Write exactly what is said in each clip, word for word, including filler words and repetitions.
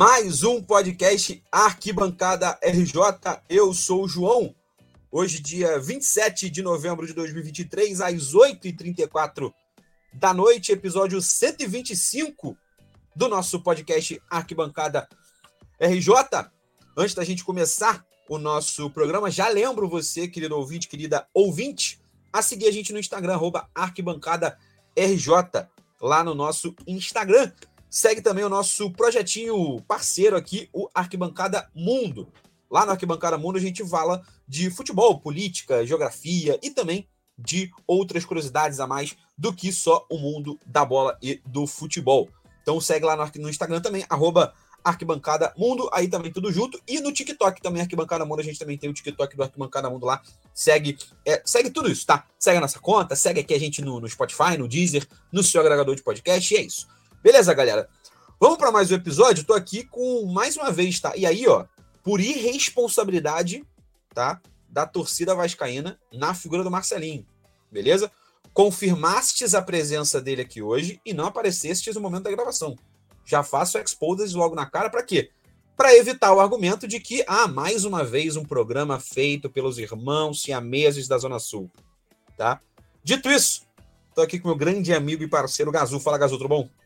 Mais um podcast Arquibancada R J. Eu sou o João. Hoje, dia vinte e sete de novembro de dois mil e vinte e três, às oito e trinta e quatro da noite, episódio cento e vinte e cinco do nosso podcast Arquibancada R J. Antes da gente começar o nosso programa, já lembro você, querido ouvinte, querida ouvinte, a seguir a gente no Instagram, arroba Arquibancada R J, lá no nosso Instagram. Segue também o nosso projetinho parceiro aqui, o Arquibancada Mundo. Lá no Arquibancada Mundo a gente fala de futebol, política, geografia e também de outras curiosidades a mais do que só o mundo da bola e do futebol. Então segue lá no Instagram também, arroba Arquibancada Mundo, aí também tudo junto. E no TikTok também, Arquibancada Mundo, a gente também tem o TikTok do Arquibancada Mundo lá. Segue, é, segue tudo isso, tá? Segue a nossa conta, segue aqui a gente no, no Spotify, no Deezer, no seu agregador de podcast, e é isso. Beleza, galera? Vamos para mais um episódio. Tô aqui com, mais uma vez, tá? E aí, ó, por irresponsabilidade, tá? Da torcida vascaína na figura do Marcelinho, beleza? Confirmastes a presença dele aqui hoje e não aparecestes no momento da gravação. Já faço exposes logo na cara, para quê? Para evitar o argumento de que, ah, mais uma vez um programa feito pelos irmãos siameses da Zona Sul, tá? Dito isso, tô aqui com meu grande amigo e parceiro Gazu. Fala, Gazu, tudo bom?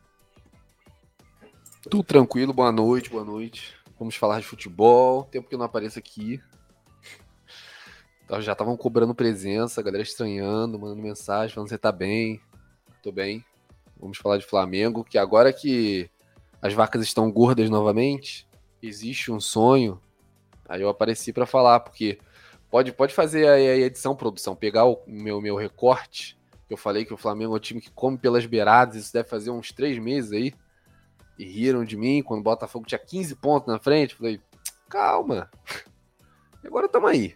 Tudo tranquilo, boa noite, boa noite. Vamos falar de futebol, tempo que eu não apareço aqui. Já estavam cobrando presença, a galera estranhando, mandando mensagem, falando que você tá bem. Tô bem. Vamos falar de Flamengo, que agora que as vacas estão gordas novamente, existe um sonho. Aí eu apareci para falar, porque pode, pode fazer a, a edição, produção, pegar o meu, meu recorte, que eu falei que o Flamengo é um time que come pelas beiradas, isso deve fazer uns três meses aí. E riram de mim quando o Botafogo tinha quinze pontos na frente. Falei, calma. E agora estamos aí.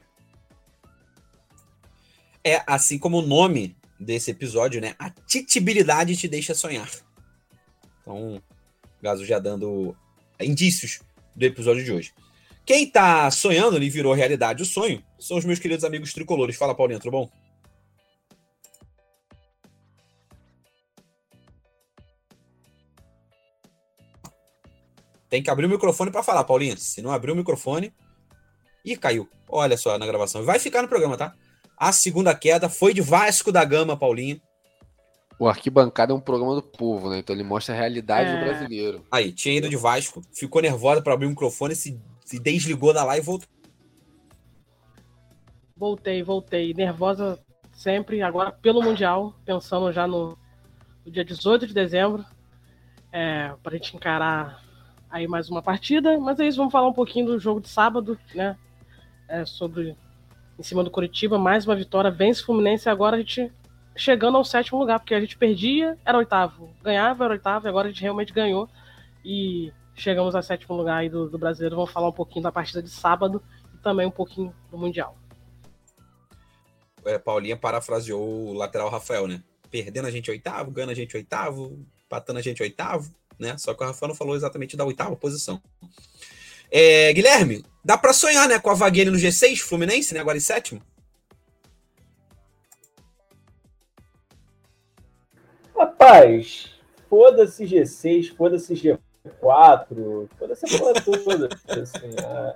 É, assim como o nome desse episódio, né? A titibilidade te deixa sonhar. Então, Gazo já dando indícios do episódio de hoje. Quem tá sonhando e virou realidade o sonho são os meus queridos amigos tricolores. Fala, Paulinho, tudo bom? Tem que abrir o microfone para falar, Paulinho. Se não abrir o microfone... Ih, caiu. Olha só na gravação. Vai ficar no programa, tá? A segunda queda foi de Vasco da Gama, Paulinho. O Arquibancada é um programa do povo, né? Então ele mostra a realidade é... do brasileiro. Aí, tinha ido de Vasco, ficou nervosa para abrir o microfone, se, se desligou da live e voltou. Voltei, voltei. Nervosa sempre. Agora pelo Mundial, pensando já no, no dia dezoito de dezembro. É, pra gente encarar... aí mais uma partida, mas é isso, vamos falar um pouquinho do jogo de sábado, né, é, sobre, em cima do Coritiba, mais uma vitória, vence o Fluminense, e agora a gente chegando ao sétimo lugar, porque a gente perdia, era oitavo, ganhava, era oitavo, e agora a gente realmente ganhou, e chegamos ao sétimo lugar aí do, do Brasileiro. Vamos falar um pouquinho da partida de sábado, e também um pouquinho do Mundial. É, Paulinha parafraseou o lateral Rafael, né, perdendo a gente oitavo, ganhando a gente oitavo, empatando a gente oitavo, né? Só que o Rafael não falou exatamente da oitava posição. É, Guilherme, dá pra sonhar, né, com a vaguinha no G seis, Fluminense, né, agora em sétimo? Rapaz, foda-se G seis, foda-se G quatro, foda-se a porra toda. Assim, a...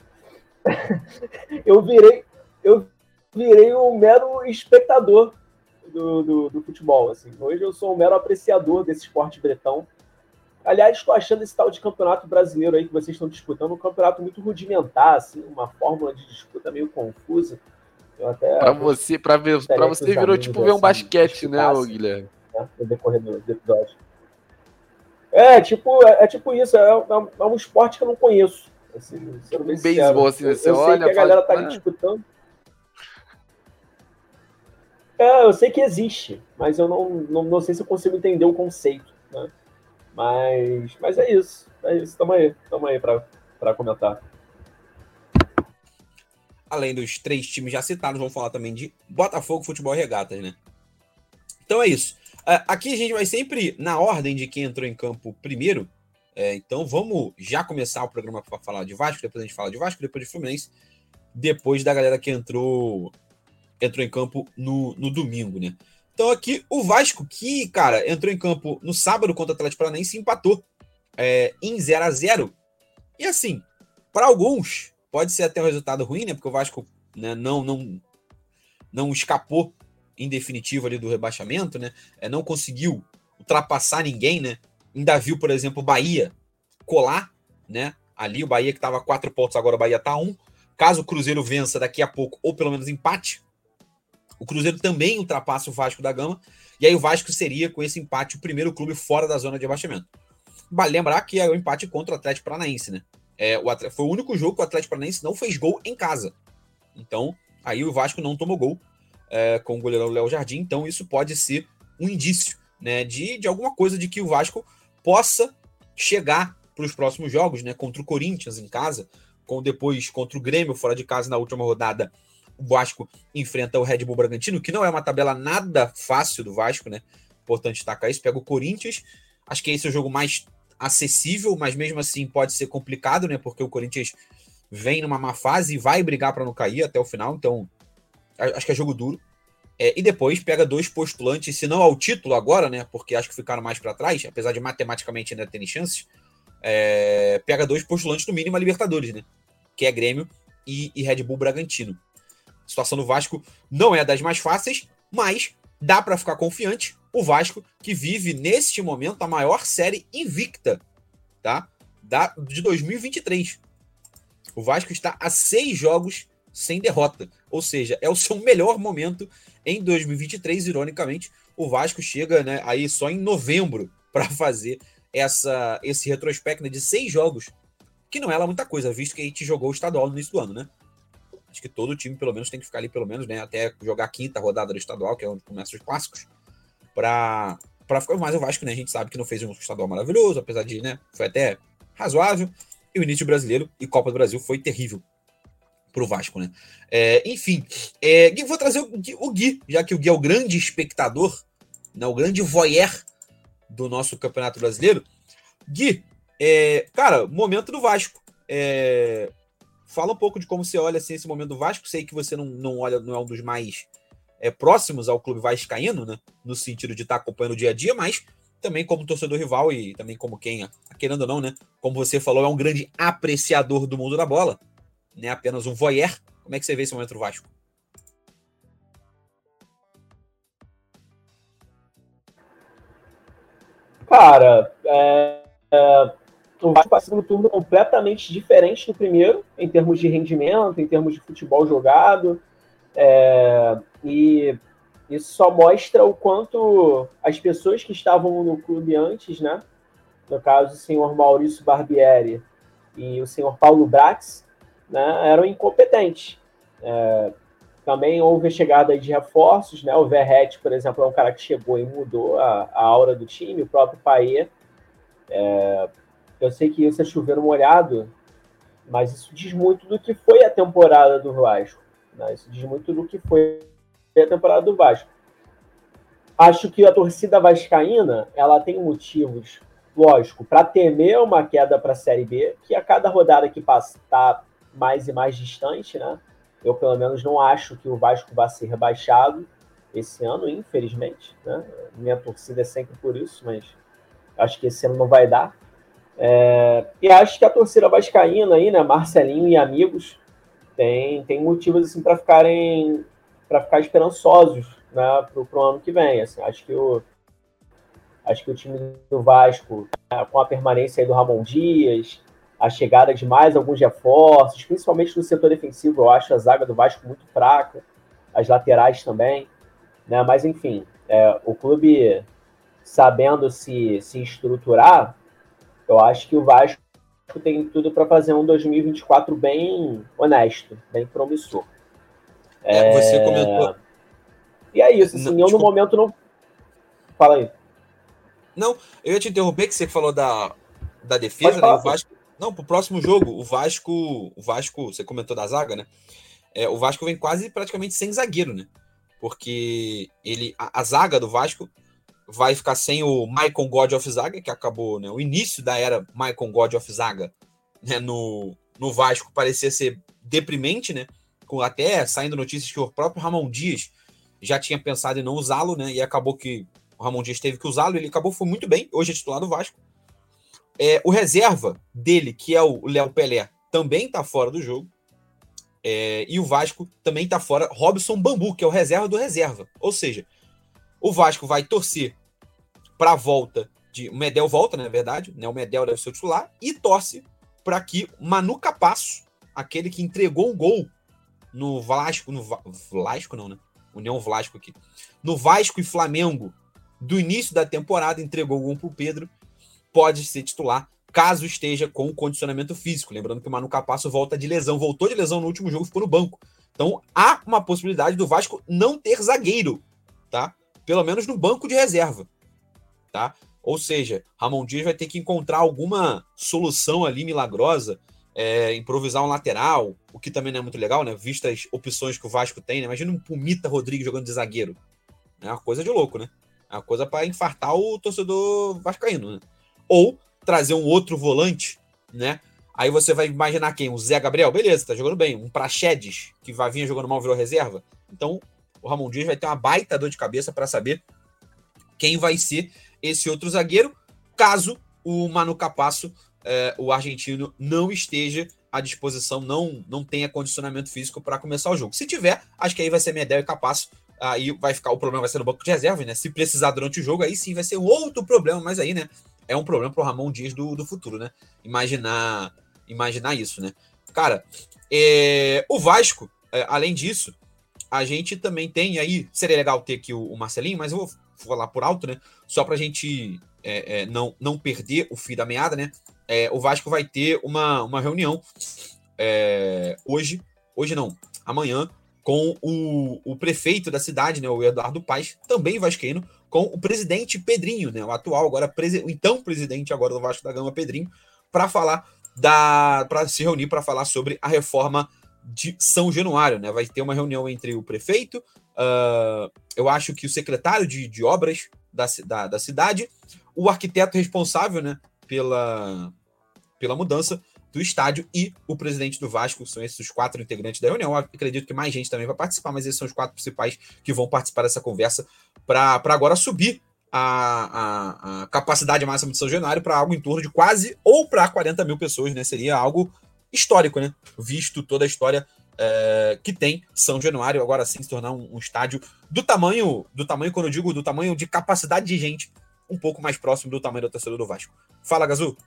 eu virei eu virei um mero espectador do, do, do futebol. Assim. Hoje eu sou um mero apreciador desse esporte bretão. Aliás, estou achando esse tal de campeonato brasileiro aí que vocês estão disputando um campeonato muito rudimentar, assim, uma fórmula de disputa meio confusa. Para você, para ver, para você virou tipo ver um basquete, né, ô, Guilherme? Né, no decorrer do, do episódio. É, tipo, é, é tipo isso, é, é um esporte que eu não conheço. Assim, um beisebol, assim, você eu, eu olha, sei que a galera fala, tá ali disputando. É, eu sei que existe, mas eu não, não, não sei se eu consigo entender o conceito, né? Mas, mas é isso. É isso. Tamo aí. Tamo aí pra, pra comentar. Além dos três times já citados, vamos falar também de Botafogo, Futebol e Regatas, né? Então é isso. Aqui a gente vai sempre na ordem de quem entrou em campo primeiro. Então vamos já começar o programa para falar de Vasco. Depois a gente fala de Vasco, depois de Fluminense. Depois da galera que entrou, entrou em campo no, no domingo, né? Então aqui o Vasco, que, cara, entrou em campo no sábado contra o Atlético Paranaense e empatou é, em zero a zero. E assim, para alguns, pode ser até um resultado ruim, né? Porque o Vasco, né, não, não, não escapou em definitivo ali do rebaixamento, né? É, não conseguiu ultrapassar ninguém, né? Ainda viu, por exemplo, o Bahia colar, né? Ali o Bahia que estava quatro pontos, agora o Bahia está um. Caso o Cruzeiro vença daqui a pouco, ou pelo menos empate, o Cruzeiro também ultrapassa o Vasco da Gama, e aí o Vasco seria, com esse empate, o primeiro clube fora da zona de rebaixamento. Vale lembrar que é o empate contra o Atlético Paranaense, né? É, o Atlético, foi o único jogo que o Atlético Paranaense não fez gol em casa. Então, aí o Vasco não tomou gol é, com o goleirão Léo Jardim, então isso pode ser um indício, né, de, de alguma coisa de que o Vasco possa chegar para os próximos jogos, né, contra o Corinthians em casa, com depois contra o Grêmio fora de casa na última rodada. O Vasco enfrenta o Red Bull Bragantino, que não é uma tabela nada fácil do Vasco, né? Importante destacar isso. Pega o Corinthians, acho que esse é o jogo mais acessível, mas mesmo assim pode ser complicado, né? Porque o Corinthians vem numa má fase e vai brigar para não cair até o final, então acho que é jogo duro. É, e depois pega dois postulantes, se não ao título agora, né? Porque acho que ficaram mais para trás, apesar de matematicamente ainda terem chances. É, pega dois postulantes no mínimo a Libertadores, né? Que é Grêmio e, e Red Bull Bragantino. A situação do Vasco não é das mais fáceis, mas dá para ficar confiante. O Vasco que vive neste momento a maior série invicta, tá? Da, de dois mil e vinte e três. O Vasco está a seis jogos sem derrota, ou seja, é o seu melhor momento em dois mil e vinte e três. Ironicamente, o Vasco chega, né, aí só em novembro para fazer essa, esse retrospecto, né, de seis jogos, que não é lá muita coisa, visto que a gente jogou o estadual no início do ano, né? Acho que todo time, pelo menos, tem que ficar ali, pelo menos, né, até jogar a quinta rodada do estadual, que é onde começam os clássicos, para ficar mais o Vasco, né? A gente sabe que não fez um estadual maravilhoso, apesar de, né, foi até razoável, e o início brasileiro e Copa do Brasil foi terrível pro Vasco, né? É, enfim, é, vou trazer o Gui, o Gui, já que o Gui é o grande espectador, né, o grande voyeur do nosso Campeonato Brasileiro. Gui, é, cara, momento do Vasco. É, fala um pouco de como você olha assim, esse momento do Vasco. Sei que você não, não olha, não é um dos mais é, próximos ao clube vascaíno, né? No sentido de estar acompanhando o dia a dia, mas também como torcedor rival e também como quem, querendo ou não, né? Como você falou, é um grande apreciador do mundo da bola, né? Apenas um voyeur. Como é que você vê esse momento do Vasco? Cara, é, é, o Vasco passou um turno completamente diferente do primeiro, em termos de rendimento, em termos de futebol jogado, é, e isso só mostra o quanto as pessoas que estavam no clube antes, né, no caso o senhor Maurício Barbieri e o senhor Paulo Brax, né, eram incompetentes. É, também houve a chegada de reforços, né? O Verratti, por exemplo, é um cara que chegou e mudou a, a aura do time, o próprio Payet. É, eu sei que isso é chover molhado, mas isso diz muito do que foi a temporada do Vasco, né? Isso diz muito do que foi a temporada do Vasco. Acho que a torcida vascaína, ela tem motivos, lógico, para temer uma queda para a Série B, que a cada rodada que passa está mais e mais distante, né? Eu, pelo menos, não acho que o Vasco vai ser rebaixado esse ano, infelizmente, né? Minha torcida é sempre por isso, mas acho que esse ano não vai dar. É... E acho que a torcida vascaína aí, né, Marcelinho e amigos, tem, tem motivos assim, para ficarem para ficar esperançosos, né, para o ano que vem. Assim, acho que o acho que o time do Vasco, né, com a permanência aí do Ramon Dias, a chegada de mais alguns reforços, principalmente no setor defensivo, eu acho a zaga do Vasco muito fraca, as laterais também, né? Mas enfim, é, o clube sabendo se, se estruturar, eu acho que o Vasco tem tudo para fazer um dois mil e vinte e quatro bem honesto, bem promissor. É, você comentou. E é isso, assim, não, eu no momento não. Fala aí. Não, eu ia te interromper, que você falou da, da defesa, né? O Vasco. Não, pro próximo jogo, o Vasco, o Vasco, você comentou da zaga, né? É, o Vasco vem quase praticamente sem zagueiro, né? Porque ele, a, a zaga do Vasco vai ficar sem o Maicon God of Zaga, que acabou, né? O início da era Maicon God of Zaga, né? No, no Vasco parecia ser deprimente, né? Com até saindo notícias que o próprio Ramon Dias já tinha pensado em não usá-lo, né? E acabou que o Ramon Dias teve que usá-lo, ele acabou, foi muito bem, hoje é titular do Vasco. É, o reserva dele, que é o Léo Pelé, também tá fora do jogo. É, e o Vasco também tá fora. Robson Bambu, que é o reserva do reserva. Ou seja, o Vasco vai torcer para a volta de... O Medel volta, na verdade, né? O Medel deve ser o titular. E torce para que Manu Capasso, aquele que entregou um gol no Vasco... No Va... Vasco não, né? União Vasco aqui. No Vasco e Flamengo, do início da temporada, entregou o gol pro Pedro. Pode ser titular, caso esteja com condicionamento físico. Lembrando que o Manu Capasso volta de lesão. Voltou de lesão no último jogo, ficou no banco. Então, há uma possibilidade do Vasco não ter zagueiro, tá? Pelo menos no banco de reserva, tá? Ou seja, Ramon Dias vai ter que encontrar alguma solução ali milagrosa, é, improvisar um lateral, o que também não é muito legal, né? Vistas as opções que o Vasco tem, né? Imagina um Pumita Rodrigues jogando de zagueiro. É uma coisa de louco, né? É uma coisa para infartar o torcedor vascaíno, né? Ou trazer um outro volante, né? Aí você vai imaginar quem? O Zé Gabriel? Beleza, tá jogando bem. Um Praxedes, que vai vir jogando mal, virou reserva. Então, o Ramon Dias vai ter uma baita dor de cabeça para saber quem vai ser esse outro zagueiro, caso o Manu Capasso, é, o argentino, não esteja à disposição, não, não tenha condicionamento físico para começar o jogo. Se tiver, acho que aí vai ser Medel e Capasso. Aí vai ficar, o problema vai ser no banco de reserva, né? Se precisar durante o jogo, aí sim vai ser um outro problema, mas aí, né? É um problema pro Ramon Dias do, do futuro, né? Imaginar, imaginar isso, né? Cara, é, o Vasco, é, além disso, a gente também tem aí, seria legal ter aqui o, o Marcelinho, mas eu vou falar por alto, né? Só pra gente é, é, não, não perder o fio da meada, né? É, o Vasco vai ter uma, uma reunião é, hoje, hoje não, amanhã, com o, o prefeito da cidade, né, o Eduardo Paes, também vascaíno, com o presidente Pedrinho, né, o atual, agora, presi- o então presidente agora do Vasco da Gama, Pedrinho, para falar da, para se reunir para falar sobre a reforma de São Januário, né? Vai ter uma reunião entre o prefeito, uh, eu acho que o secretário de, de obras da, da, da cidade, o arquiteto responsável, né, pela, pela mudança do estádio e o presidente do Vasco. São esses os quatro integrantes da reunião. Eu acredito que mais gente também vai participar, mas esses são os quatro principais que vão participar dessa conversa para agora subir a, a, a capacidade máxima de São Januário para algo em torno de quase ou para quarenta mil pessoas, né? Seria algo histórico, né? Visto toda a história é, que tem São Januário, agora sim se tornar um, um estádio do tamanho, do tamanho, quando eu digo do tamanho de capacidade de gente, um pouco mais próximo do tamanho do torcedor do Vasco. Fala, Gazu.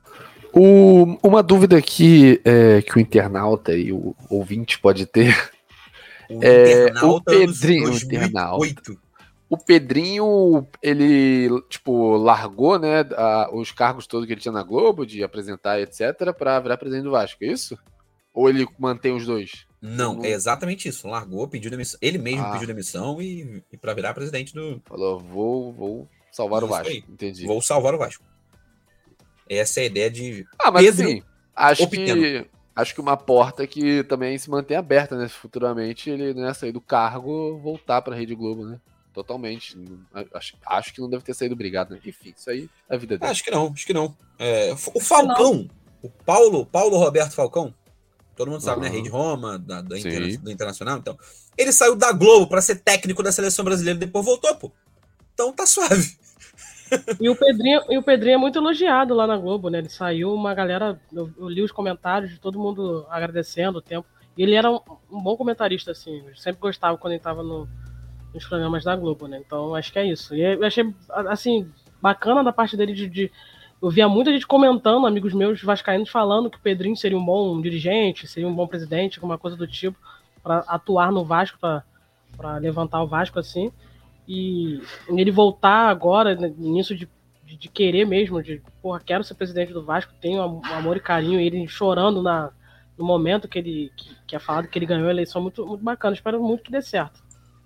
O, uma dúvida aqui é, que o internauta e o ouvinte pode ter. O é, internauta o Pedrinho, dois mil e oito. O Pedrinho, ele, tipo, largou, né, a, os cargos todos que ele tinha na Globo, de apresentar, etcétera, para virar presidente do Vasco, é isso? Ou ele mantém os dois? Não, não... é exatamente isso. Largou, pediu demissão. Ele mesmo ah. pediu demissão e, e para virar presidente do... Falou, vou, vou salvar isso o Vasco, aí. Entendi. Vou salvar o Vasco. Essa é a ideia de ah, mas Pedro assim, acho Pequeno. que acho que uma porta que também se mantém aberta, né? Futuramente ele, né, sair do cargo, voltar para a Rede Globo, né? Totalmente. Acho, acho que não deve ter saído obrigado, né? Enfim, isso aí é a vida dele. Acho que não, acho que não. É, o Falcão, o Paulo, Paulo Roberto Falcão, todo mundo sabe, uhum. né? Rei de Roma, da, da interna, do Internacional, então. Ele saiu da Globo para ser técnico da seleção brasileira e depois voltou, pô. Então tá suave. E o Pedrinho, e o Pedrinho é muito elogiado lá na Globo, né? Ele saiu, uma galera. Eu, eu li os comentários de todo mundo agradecendo o tempo. E ele era um, um bom comentarista, assim. Eu sempre gostava quando ele estava no, nos programas da Globo, né? Então acho que é isso. E eu achei, assim, bacana da parte dele de. de eu via muita gente comentando, amigos meus vascaínos, falando que o Pedrinho seria um bom dirigente, seria um bom presidente, alguma coisa do tipo, para atuar no Vasco, para levantar o Vasco, assim. E ele voltar agora, nisso de, de, de querer mesmo, de, porra, quero ser presidente do Vasco, tenho amor e carinho, ele chorando na, no momento que ele que, que é falado que ele ganhou a eleição, muito, muito bacana, espero muito que dê certo.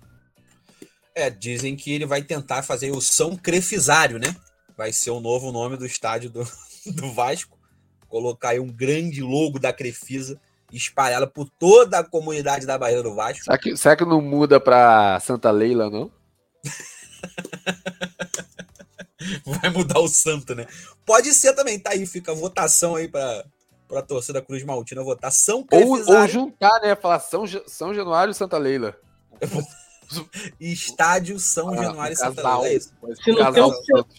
É, dizem que ele vai tentar fazer o São Crefisário, né? Vai ser o novo nome do estádio do, do Vasco, colocar aí um grande logo da Crefisa, espalhá-la por toda a comunidade da Bahia do Vasco. Será que, será que não muda para Santa Leila, não? Vai mudar o santo, né? Pode ser também, tá aí, fica a votação aí pra, pra torcida Cruz Maltina votar São Crefisário. Ou, ou juntar, né? Falar São, São Januário e Santa Leila. Estádio São ah, Januário e Santa casal, Leila. É isso. Se não, tem um,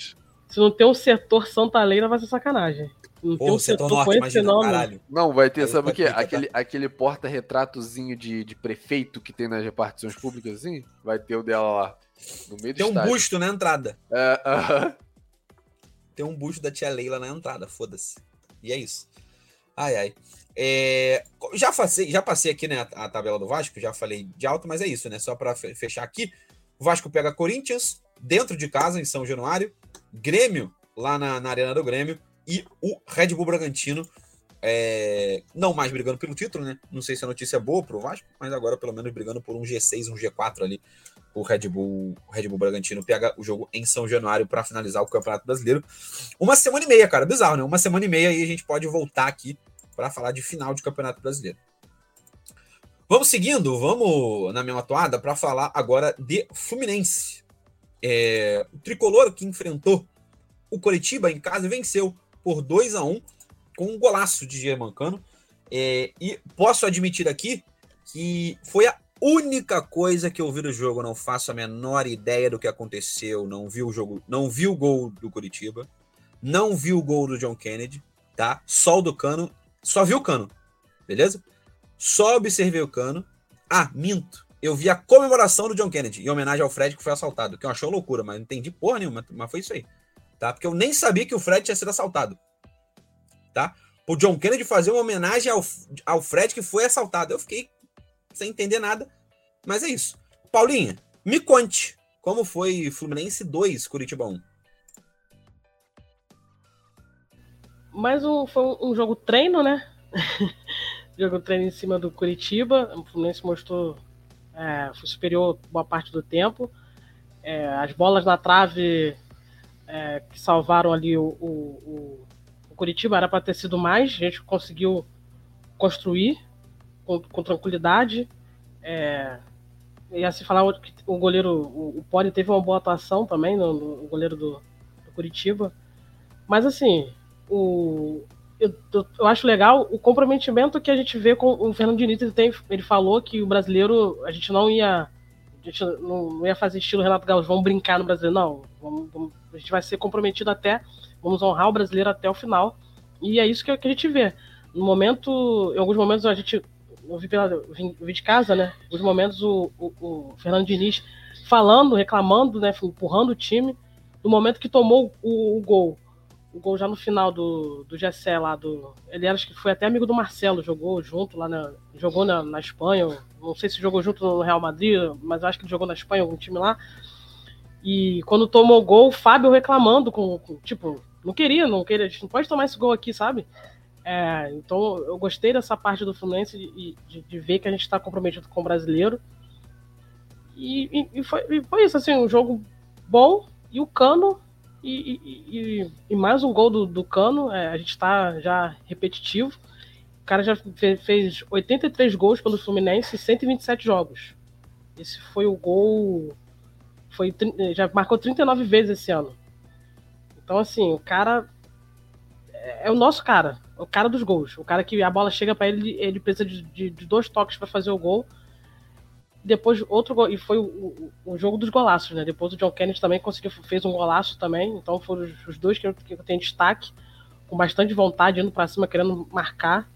se não tem um setor Santa Leila, vai ser sacanagem. Não Pô, tem um o setor setor norte, com esse imagina, nome. caralho. Não, vai ter, Aí sabe o quê? fica, tá? Aquele, aquele porta-retratozinho de, de prefeito que tem nas repartições públicas, assim, vai ter o dela lá, no meio do Tem um estádio. busto na entrada. É, aham. Tem um busto da tia Leila na entrada, foda-se. E é isso. Ai, ai. É, já, passei, já passei aqui, né, a, a tabela do Vasco, já falei de alto, mas é isso, né? Só para fechar aqui. O Vasco pega Corinthians, dentro de casa, em São Januário. Grêmio, lá na, na Arena do Grêmio. E o Red Bull Bragantino, é, não mais brigando pelo título, né? Não sei se a notícia é boa pro Vasco, mas agora pelo menos brigando por um G seis, um G quatro ali. O Red Bull, o Red Bull Bragantino pega o jogo em São Januário para finalizar o Campeonato Brasileiro. Uma semana e meia, cara, bizarro, né? Uma semana e meia e a gente pode voltar aqui para falar de final de Campeonato Brasileiro. Vamos seguindo, vamos na mesma toada para falar agora de Fluminense. É, o tricolor que enfrentou o Coritiba em casa e venceu por dois a um com um golaço de Germancano. É, e posso admitir aqui que foi a única coisa que eu vi do jogo. Não faço a menor ideia do que aconteceu. Não vi o jogo, não vi o gol do Coritiba, não vi o gol do John Kennedy, tá? Só o do Cano, só vi o Cano, beleza? Só observei o Cano. Ah, minto. Eu vi a comemoração do John Kennedy em homenagem ao Fred que foi assaltado, que eu achei loucura, mas não entendi porra nenhuma, mas foi isso aí. Tá? Porque eu nem sabia que o Fred tinha sido assaltado. Tá? O John Kennedy fazer uma homenagem ao, ao Fred que foi assaltado. Eu fiquei sem entender nada, mas é isso. Paulinha, me conte como foi Fluminense dois, Coritiba um. Mais um, foi um jogo treino, né? Jogo treino em cima do Coritiba. O Fluminense mostrou é, foi superior boa parte do tempo. É, as bolas na trave É, que salvaram ali o, o, o, o Coritiba, era para ter sido mais, a gente conseguiu construir com, com tranquilidade. É, e assim falar que o goleiro, o, o Poli teve uma boa atuação também, no, no o goleiro do, do Coritiba. Mas assim, o, eu, eu acho legal o comprometimento que a gente vê com o Fernando Diniz. Ele, tem, ele falou que o brasileiro, a gente não ia a gente não, não ia fazer estilo Renato Gaúcho, vamos brincar no brasileiro, não. Vamos, vamos, a gente vai ser comprometido até, vamos honrar o brasileiro até o final. E é isso que, que a gente vê. No momento, em alguns momentos a gente, eu vi, pela, eu vi de casa, né? Em alguns momentos o, o, o Fernando Diniz falando, reclamando, né? Empurrando o time. No momento que tomou o, o gol, o gol já no final do, do Gessé lá, do, ele era, acho que foi até amigo do Marcelo, jogou junto lá, na, jogou na, na Espanha, não sei se jogou junto no Real Madrid, mas acho que ele jogou na Espanha, algum time lá. E quando tomou o gol, o Fábio reclamando, com, com, tipo, não queria, não queria, a gente não pode tomar esse gol aqui, sabe? É, então eu gostei dessa parte do Fluminense de, de, de ver que a gente está comprometido com o brasileiro. E, e, e, foi, e foi isso, assim, um jogo bom, e o Cano, e, e, e, e mais um gol do, do Cano, é, a gente está já repetitivo. O cara já fez, fez oitenta e três gols pelo Fluminense em cento e vinte e sete jogos. Esse foi o gol... Foi, já marcou trinta e nove vezes esse ano. Então, assim, o cara... É, é o nosso cara. O cara dos gols. O cara que a bola chega para ele, ele precisa de, de, de dois toques para fazer o gol. Depois outro gol, e foi o, o, o jogo dos golaços, né? Depois o John Kennedy também conseguiu, fez um golaço também. Então foram os, os dois que eu, que eu tenho destaque, com bastante vontade, indo para cima, querendo marcar.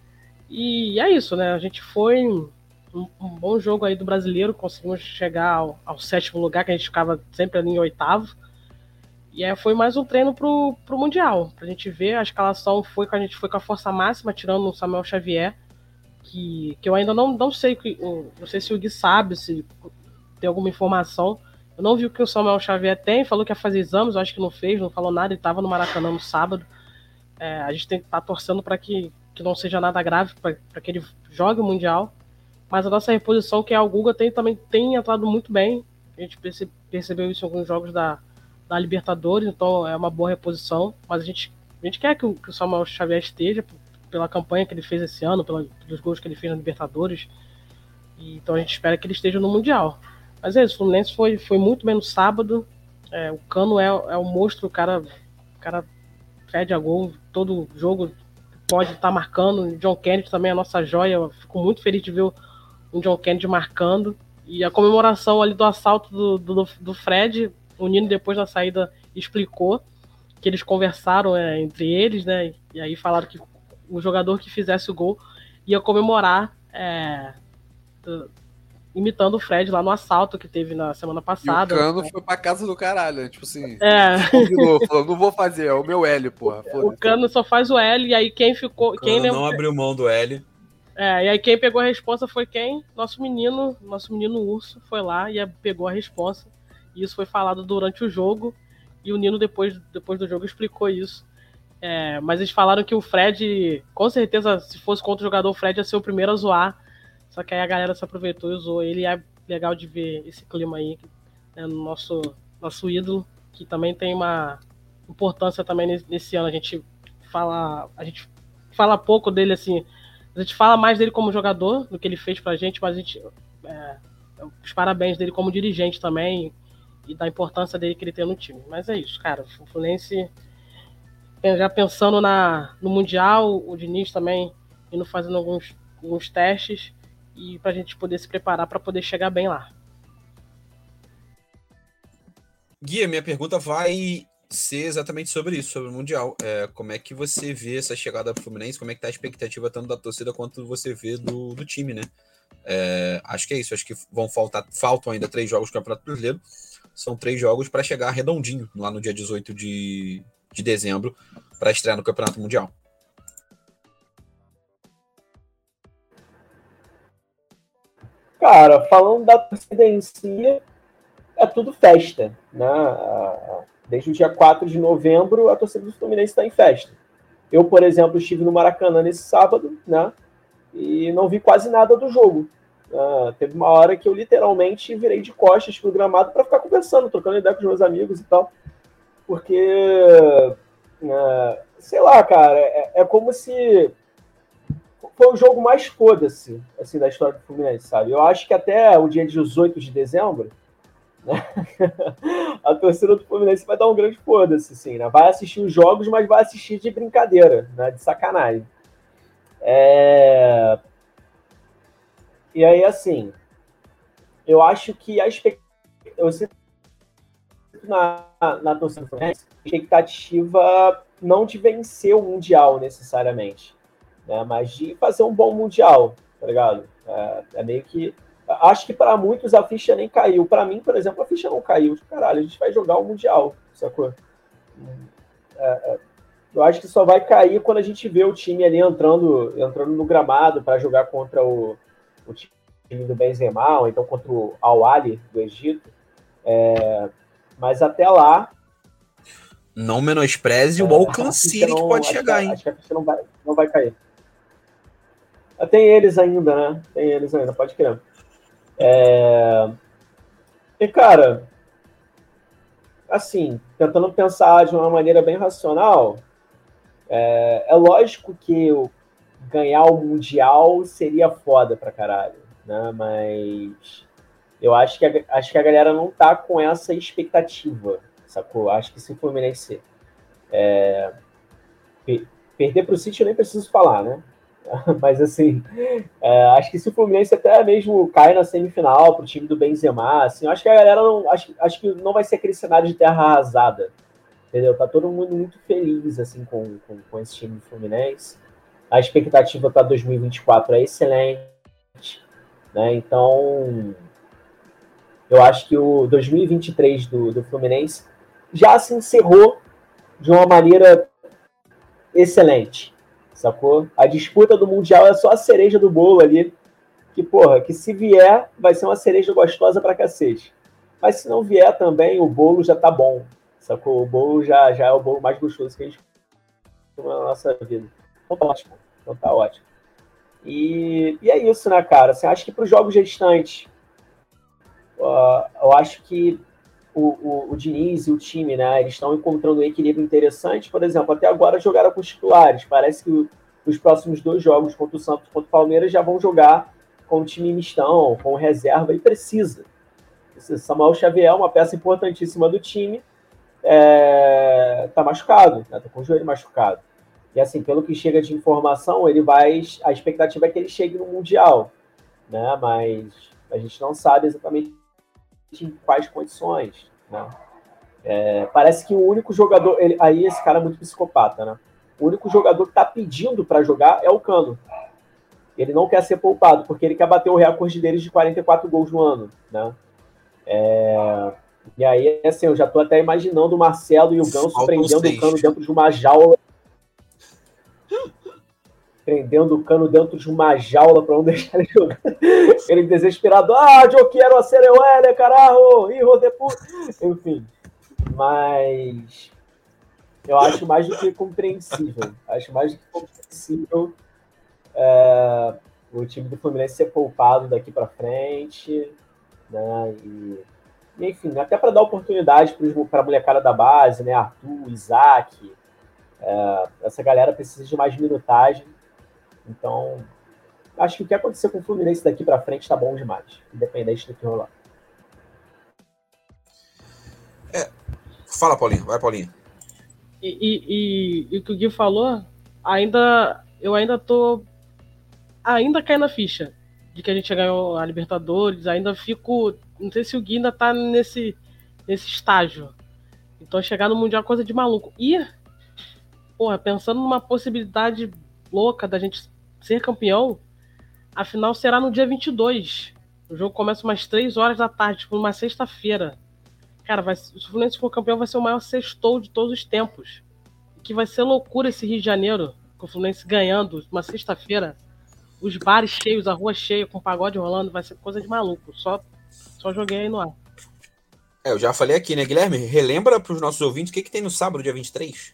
E é isso, né? A gente foi um, um bom jogo aí do brasileiro, conseguimos chegar ao, ao sétimo lugar, que a gente ficava sempre ali em oitavo. E aí foi mais um treino pro, pro Mundial, pra gente ver. A escalação foi que a gente foi com a força máxima, tirando o Samuel Xavier, que, que eu ainda não, não sei, não sei se o Gui sabe, se tem alguma informação. Eu não vi o que o Samuel Xavier tem, falou que ia fazer exames, eu acho que não fez, não falou nada, ele estava no Maracanã no sábado. É, a gente tem que estar tá torcendo para que, que não seja nada grave, para que ele jogue o Mundial. Mas a nossa reposição, que é o Guga, tem, também tem entrado muito bem. A gente perce, percebeu isso em alguns jogos da, da Libertadores, então é uma boa reposição. Mas a gente, a gente quer que o, que o Samuel Xavier esteja, pela campanha que ele fez esse ano, pela, pelos gols que ele fez na Libertadores. E, então a gente espera que ele esteja no Mundial. Mas é isso, o Fluminense foi, foi muito bem no sábado. É, o Cano é, é um monstro, o cara, o cara fede a gol, todo jogo pode estar tá marcando. O John Kennedy também é a nossa joia. Eu fico muito feliz de ver o, o John Kennedy marcando. E a comemoração ali do assalto do, do, do Fred, o Nino depois da saída explicou. que eles conversaram é, entre eles, né? E aí falaram que o jogador que fizesse o gol ia comemorar é, do, imitando o Fred lá no assalto que teve na semana passada. E o Cano foi pra casa do caralho, né? Tipo assim, é. combinou, falou, não vou fazer, é o meu L, porra. O Cano só faz o L, e aí quem ficou... O quem Cano não abriu mão do L. É, e aí quem pegou a responsa foi quem? Nosso menino, nosso menino Urso foi lá e pegou a responsa. E isso foi falado durante o jogo, e o Nino depois, depois do jogo explicou isso. É, mas eles falaram que o Fred, com certeza, se fosse contra o jogador, o Fred ia ser o primeiro a zoar. Só que aí a galera se aproveitou e usou ele. E é legal de ver esse clima aí, né, no nosso, nosso ídolo, que também tem uma importância também nesse, nesse ano. A gente fala, a gente fala pouco dele, assim, a gente fala mais dele como jogador, do que ele fez pra gente, mas a gente é, os parabéns dele como dirigente também, e da importância dele que ele tem no time. Mas é isso, cara, o Fluminense já pensando na, no Mundial, o Diniz também indo fazendo alguns, alguns testes, e pra gente poder se preparar para poder chegar bem lá. Gui, minha pergunta vai ser exatamente sobre isso, sobre o Mundial. É, como é que você vê essa chegada do Fluminense? Como é que tá a expectativa tanto da torcida quanto você vê do, do time, né? É, acho que é isso. Acho que vão faltar, faltam ainda três jogos do Campeonato Brasileiro. São três jogos para chegar redondinho lá no dia dezoito de, de dezembro para estrear no Campeonato Mundial. Cara, falando da torcida em si, é tudo festa, né? Desde o dia quatro de novembro, a torcida do Fluminense está em festa. Eu, por exemplo, estive no Maracanã nesse sábado, né? E não vi quase nada do jogo. Uh, teve uma hora que eu literalmente virei de costas pro gramado para ficar conversando, trocando ideia com os meus amigos e tal. Porque, uh, sei lá, cara, é, é como se foi o jogo mais foda-se assim, da história do Fluminense, sabe? Eu acho que até o dia dezoito de dezembro, né, a torcida do Fluminense vai dar um grande foda-se, assim, né? Vai assistir os jogos, mas vai assistir de brincadeira, né? De sacanagem. É... E aí, assim, eu acho que a expectativa na, na torcida do Fluminense, a expectativa não de vencer o Mundial necessariamente, né, mas de fazer um bom Mundial, tá ligado? É, é meio que... Acho que para muitos a ficha nem caiu. Para mim, por exemplo, a ficha não caiu. Caralho, a gente vai jogar o Mundial, sacou? É, é, eu acho que só vai cair quando a gente vê o time ali entrando, entrando no gramado para jogar contra o, o time do Benzema, ou então contra o Al-Ahly do Egito. É, mas até lá... Não menospreze é, o Auckland City, que pode chegar, que, hein? Acho que a ficha não vai, não vai cair. Tem eles ainda, né? Tem eles ainda, pode crer. É... E, cara, assim, tentando pensar de uma maneira bem racional, é, é lógico que ganhar o Mundial seria foda pra caralho, né? Mas eu acho que a, acho que a galera não tá com essa expectativa, sacou? Acho que se o Fluminense é, perder pro City eu nem preciso falar, né? Mas, assim, é, acho que se o Fluminense até mesmo cai na semifinal pro time do Benzema, assim, acho que a galera não... Acho, acho que não vai ser aquele cenário de terra arrasada, entendeu? Tá todo mundo muito feliz, assim, com, com, com esse time do Fluminense. A expectativa para dois mil e vinte e quatro é excelente, né? Então, eu acho que o dois mil e vinte e três do, do Fluminense já se encerrou de uma maneira excelente, sacou? A disputa do Mundial é só a cereja do bolo ali, que, porra, que se vier, vai ser uma cereja gostosa pra cacete. Mas se não vier também, o bolo já tá bom, sacou? O bolo já, já é o bolo mais gostoso que a gente tem na nossa vida. Então tá ótimo, então tá ótimo. E, e é isso, né, cara? Assim, acho que pros jogos restantes, uh, eu acho que O, o, o Diniz e o time, né, eles estão encontrando um equilíbrio interessante. Por exemplo, até agora jogaram com os titulares. Parece que o, os próximos dois jogos contra o Santos e contra o Palmeiras já vão jogar com o time mistão, com reserva, e precisa. Esse Samuel Xavier é uma peça importantíssima do time, é, tá machucado, né, tá com o joelho machucado. E assim, pelo que chega de informação, ele vai, a expectativa é que ele chegue no Mundial, né, mas a gente não sabe exatamente em quais condições, né? É, parece que o único jogador... Ele, aí esse cara é muito psicopata, né? O único jogador que tá pedindo para jogar é o Cano. Ele não quer ser poupado, porque ele quer bater o recorde deles de quarenta e quatro gols no ano, né? É... E aí, assim, eu já tô até imaginando o Marcelo e o Ganso Faltam prendendo seis. o Cano dentro de uma jaula. Prendendo o Cano dentro de uma jaula para não deixar ele jogar. Ele desesperado. Ah, eu quero ser eu, ele, caralho! Hijo de puta! Enfim. Mas... eu acho mais do que compreensível. Acho mais do que compreensível é, o time do Fluminense ser poupado daqui para frente, né? E, enfim, até para dar oportunidade para a molecada da base, né? Arthur, Isaac, é, essa galera precisa de mais minutagem. Então, acho que o que acontecer com o Fluminense daqui para frente está bom demais, independente do que rolar. É, fala, Paulinho. Vai, Paulinho. E, e, e, e o que o Gui falou, ainda, eu ainda tô ainda cai na ficha de que a gente ganhou a Libertadores, ainda fico, não sei se o Gui ainda tá nesse, nesse estágio. Então chegar no Mundial é coisa de maluco. E, porra, pensando numa possibilidade louca da gente ser campeão, a final será no dia vinte e dois. O jogo começa umas três horas da tarde, tipo, numa sexta-feira. Cara, vai, se o Fluminense for campeão, vai ser o maior sextou de todos os tempos. Que vai ser loucura esse Rio de Janeiro, com o Fluminense ganhando uma sexta-feira, os bares cheios, a rua cheia, com pagode rolando, vai ser coisa de maluco. Só, só joguei aí no ar. É, eu já falei aqui, né, Guilherme? Relembra para os nossos ouvintes o que, que tem no sábado, dia vinte e três?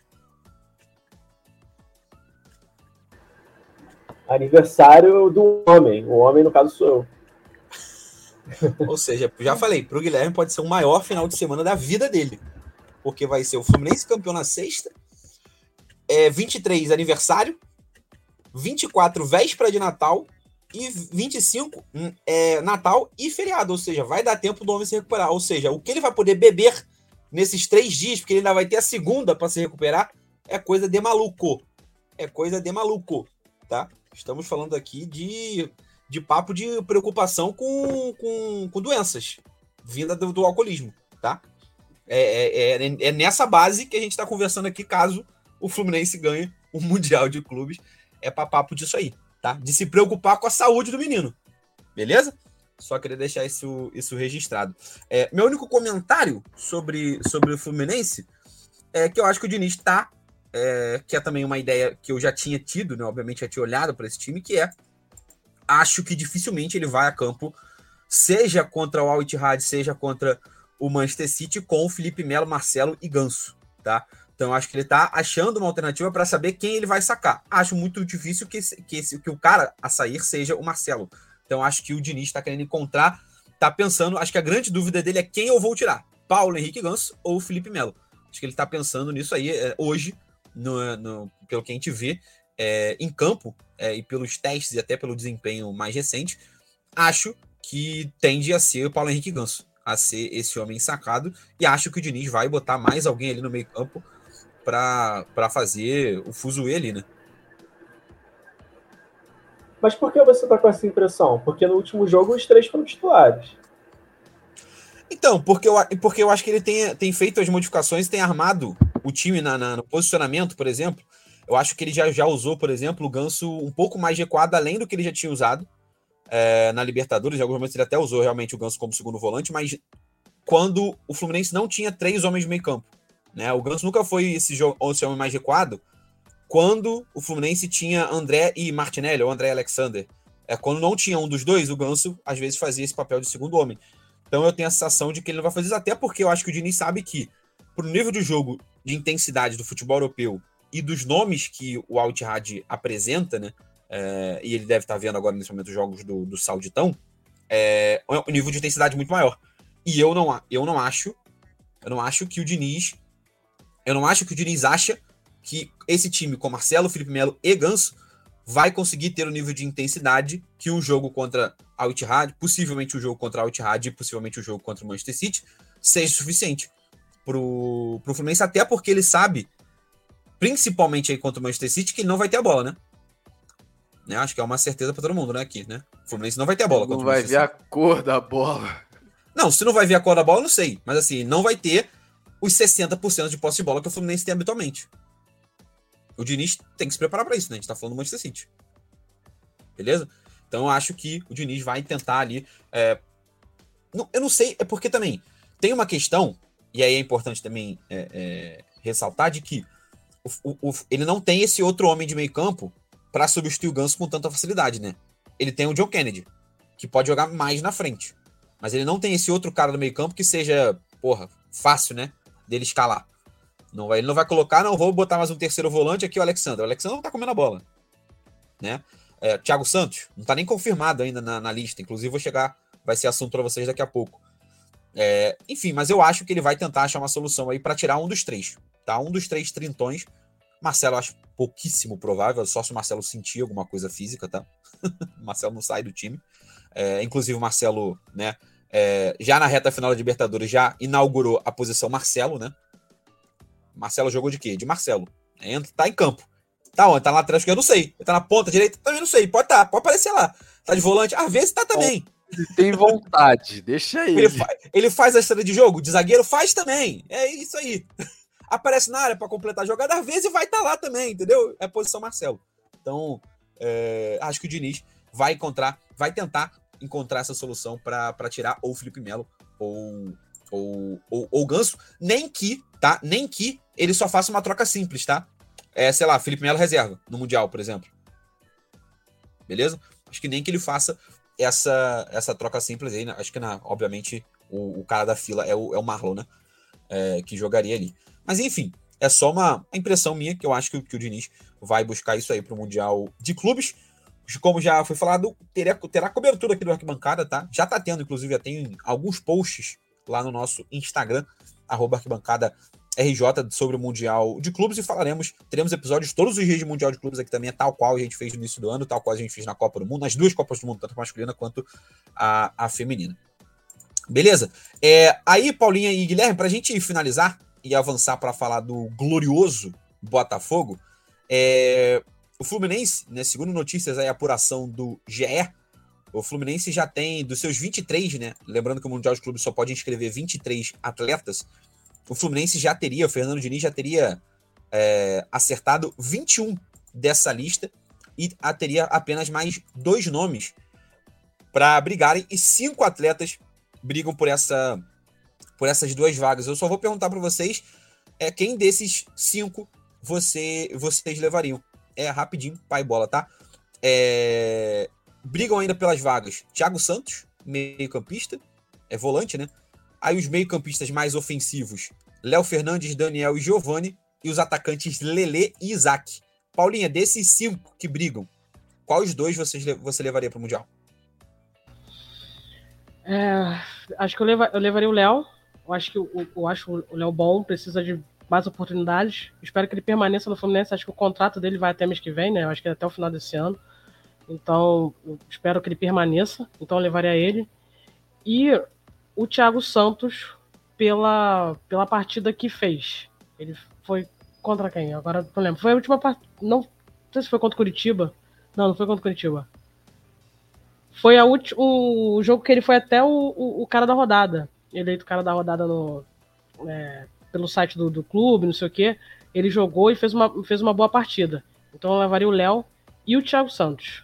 Aniversário do homem. O homem, no caso, sou eu. Ou seja, já falei, pro Guilherme pode ser o maior final de semana da vida dele. Porque vai ser o Fluminense campeão na sexta, é vinte e três aniversário, vinte e quatro véspera de Natal e vinte e cinco é, Natal e feriado. Ou seja, vai dar tempo do homem se recuperar. Ou seja, o que ele vai poder beber nesses três dias, porque ele ainda vai ter a segunda para se recuperar, é coisa de maluco. É coisa de maluco, tá? Estamos falando aqui de... de papo de preocupação com, com, com doenças vinda do, do alcoolismo, tá? É, é, é nessa base que a gente está conversando aqui, caso o Fluminense ganhe o Mundial de Clubes. É para papo disso aí, tá? De se preocupar com a saúde do menino, beleza? Só queria deixar isso, isso registrado. É, meu único comentário sobre, sobre o Fluminense é que eu acho que o Diniz tá, é, que é também uma ideia que eu já tinha tido, né? Obviamente já tinha olhado para esse time, que é acho que dificilmente ele vai a campo, seja contra o Al Ittihad, seja contra o Manchester City, com o Felipe Melo, Marcelo e Ganso, tá? Então eu acho que ele tá achando uma alternativa para saber quem ele vai sacar. Acho muito difícil que, esse, que, esse, que o cara a sair seja o Marcelo. Então acho que o Diniz tá querendo encontrar, tá pensando, acho que a grande dúvida dele é quem eu vou tirar, Paulo Henrique Ganso ou Felipe Melo. Acho que ele tá pensando nisso aí é, hoje, no, no, pelo que a gente vê, É, em campo, é, e pelos testes e até pelo desempenho mais recente, acho que tende a ser o Paulo Henrique Ganso, a ser esse homem sacado, e acho que o Diniz vai botar mais alguém ali no meio campo para fazer o fuzuê ali, né? Mas por que você tá com essa impressão? Porque no último jogo os três foram titulares. Então, porque eu, porque eu acho que ele tem, tem feito as modificações, tem armado o time na, na, no posicionamento, por exemplo. Eu acho que ele já, já usou, por exemplo, o Ganso um pouco mais recuado, além do que ele já tinha usado é, na Libertadores. Em alguns momentos ele até usou realmente o Ganso como segundo volante, mas quando o Fluminense não tinha três homens de meio campo, né? O Ganso nunca foi esse, esse homem mais recuado quando o Fluminense tinha André e Martinelli, ou André e Alexander. É, quando não tinha um dos dois, o Ganso às vezes fazia esse papel de segundo homem. Então eu tenho a sensação de que ele não vai fazer isso, até porque eu acho que o Diniz sabe que, pro nível de jogo de intensidade do futebol europeu e dos nomes que o Al Ittihad apresenta, né? É, e ele deve estar vendo agora nesse momento os jogos do, do Sauditão, é um nível de intensidade muito maior. E eu não, eu não acho, eu não acho que o Diniz, eu não acho que o Diniz acha que esse time com Marcelo, Felipe Melo e Ganso vai conseguir ter o nível de intensidade que um jogo contra Al Ittihad, possivelmente o um jogo contra Al Ittihad e possivelmente o um jogo contra o Manchester City, seja suficiente pro, pro Fluminense, até porque ele sabe, principalmente aí contra o Manchester City, que ele não vai ter a bola, né? né? Acho que é uma certeza para todo mundo, né? Aqui, né? O Fluminense não vai ter a bola. Não contra vai o Manchester ver City. A cor da bola. Não, se não vai ver a cor da bola, não sei. Mas assim, não vai ter os sessenta por cento de posse de bola que o Fluminense tem habitualmente. O Diniz tem que se preparar para isso, né? A gente tá falando do Manchester City. Beleza? Então eu acho que o Diniz vai tentar ali... É... Não, eu não sei, é porque também tem uma questão, e aí é importante também é, é, ressaltar, de que o, o, o, ele não tem esse outro homem de meio campo para substituir o Ganso com tanta facilidade, né? Ele tem o John Kennedy, que pode jogar mais na frente. Mas ele não tem esse outro cara do meio campo que seja, porra, fácil, né? Dele escalar. Não vai, ele não vai colocar, não, vou botar mais um terceiro volante aqui, o Alexandre. O Alexandre não tá comendo a bola, né? É, Thiago Santos, não tá nem confirmado ainda na, na lista. Inclusive, vou chegar, vai ser assunto para vocês daqui a pouco. É, enfim, mas eu acho que ele vai tentar achar uma solução aí para tirar um dos três, tá? Um dos três trintões. Marcelo, eu acho pouquíssimo provável, só se o Marcelo sentir alguma coisa física, tá? O Marcelo não sai do time. É, inclusive, o Marcelo, né, é, já na reta final da Libertadores, já inaugurou a posição Marcelo, né? Marcelo jogou de quê? De Marcelo. Entra, tá em campo. Tá onde? Tá lá atrás, que eu não sei. Ele tá na ponta direita? Também não sei. Pode tá, pode aparecer lá. Tá de volante? Às vezes tá também. Ele tem vontade, deixa ele. Ele, fa ele faz a estrada de jogo, de zagueiro faz também. É isso aí. Aparece na área pra completar a jogada, às vezes vai estar tá lá também, entendeu? É a posição Marcelo. Então, é, acho que o Diniz vai encontrar, vai tentar encontrar essa solução pra, pra tirar ou o Felipe Melo ou ou, ou, ou o Ganso, nem que, tá? Nem que ele só faça uma troca simples, tá? É, sei lá, Felipe Melo reserva no Mundial, por exemplo. Beleza? Acho que nem que ele faça essa, essa troca simples aí, né? Acho que, na, obviamente, o, o cara da fila é o, é o Marlon, né? É, que jogaria ali. Mas, enfim, é só uma impressão minha que eu acho que, que o Diniz vai buscar isso aí pro Mundial de Clubes. Como já foi falado, terá, terá cobertura aqui do Arquibancada, tá? Já tá tendo, inclusive, já tem alguns posts lá no nosso Instagram, arroba arquibancada R J, sobre o Mundial de Clubes, e falaremos, teremos episódios todos os dias de Mundial de Clubes aqui também, tal qual a gente fez no início do ano, tal qual a gente fez na Copa do Mundo, nas duas Copas do Mundo, tanto a masculina quanto a, a feminina. Beleza? É, aí, Paulinha e Guilherme, pra gente finalizar e avançar para falar do glorioso Botafogo, é, o Fluminense, né, segundo notícias aí, a apuração do G E, o Fluminense já tem, dos seus vinte e três, né? Lembrando que o Mundial de Clubes só pode inscrever vinte e três atletas. O Fluminense já teria, o Fernando Diniz já teria é, acertado vinte e um dessa lista e teria apenas mais dois nomes para brigarem, e cinco atletas brigam por, essa, por essas duas vagas. Eu só vou perguntar para vocês é, quem desses cinco você, vocês levariam. É rapidinho, pai bola, tá? É... Brigam ainda pelas vagas Thiago Santos, meio-campista, é volante, né? Aí os meio-campistas mais ofensivos, Léo Fernandes, Daniel e Giovani, e os atacantes Lelê e Isaac. Paulinha, desses cinco que brigam, quais dois vocês, você levaria para o Mundial? É, acho que eu, leva, eu levaria o Léo. Eu acho que eu, eu acho o Léo bom, precisa de mais oportunidades. Espero que ele permaneça no Fluminense. Acho que o contrato dele vai até mês que vem, né? Eu acho que é até o final desse ano. Então, eu espero que ele permaneça. Então, eu levaria ele. E o Thiago Santos, pela, pela partida que fez. Ele foi contra quem? Agora não lembro. Foi a última partida. Não, não sei se foi contra o Curitiba. Não, não foi contra o Curitiba. Foi a ulti, o, o jogo que ele foi até o, o, o cara da rodada. Eleito cara da rodada no, é, pelo site do, do clube, não sei o quê. Ele jogou e fez uma, fez uma boa partida. Então, eu levaria o Léo e o Thiago Santos.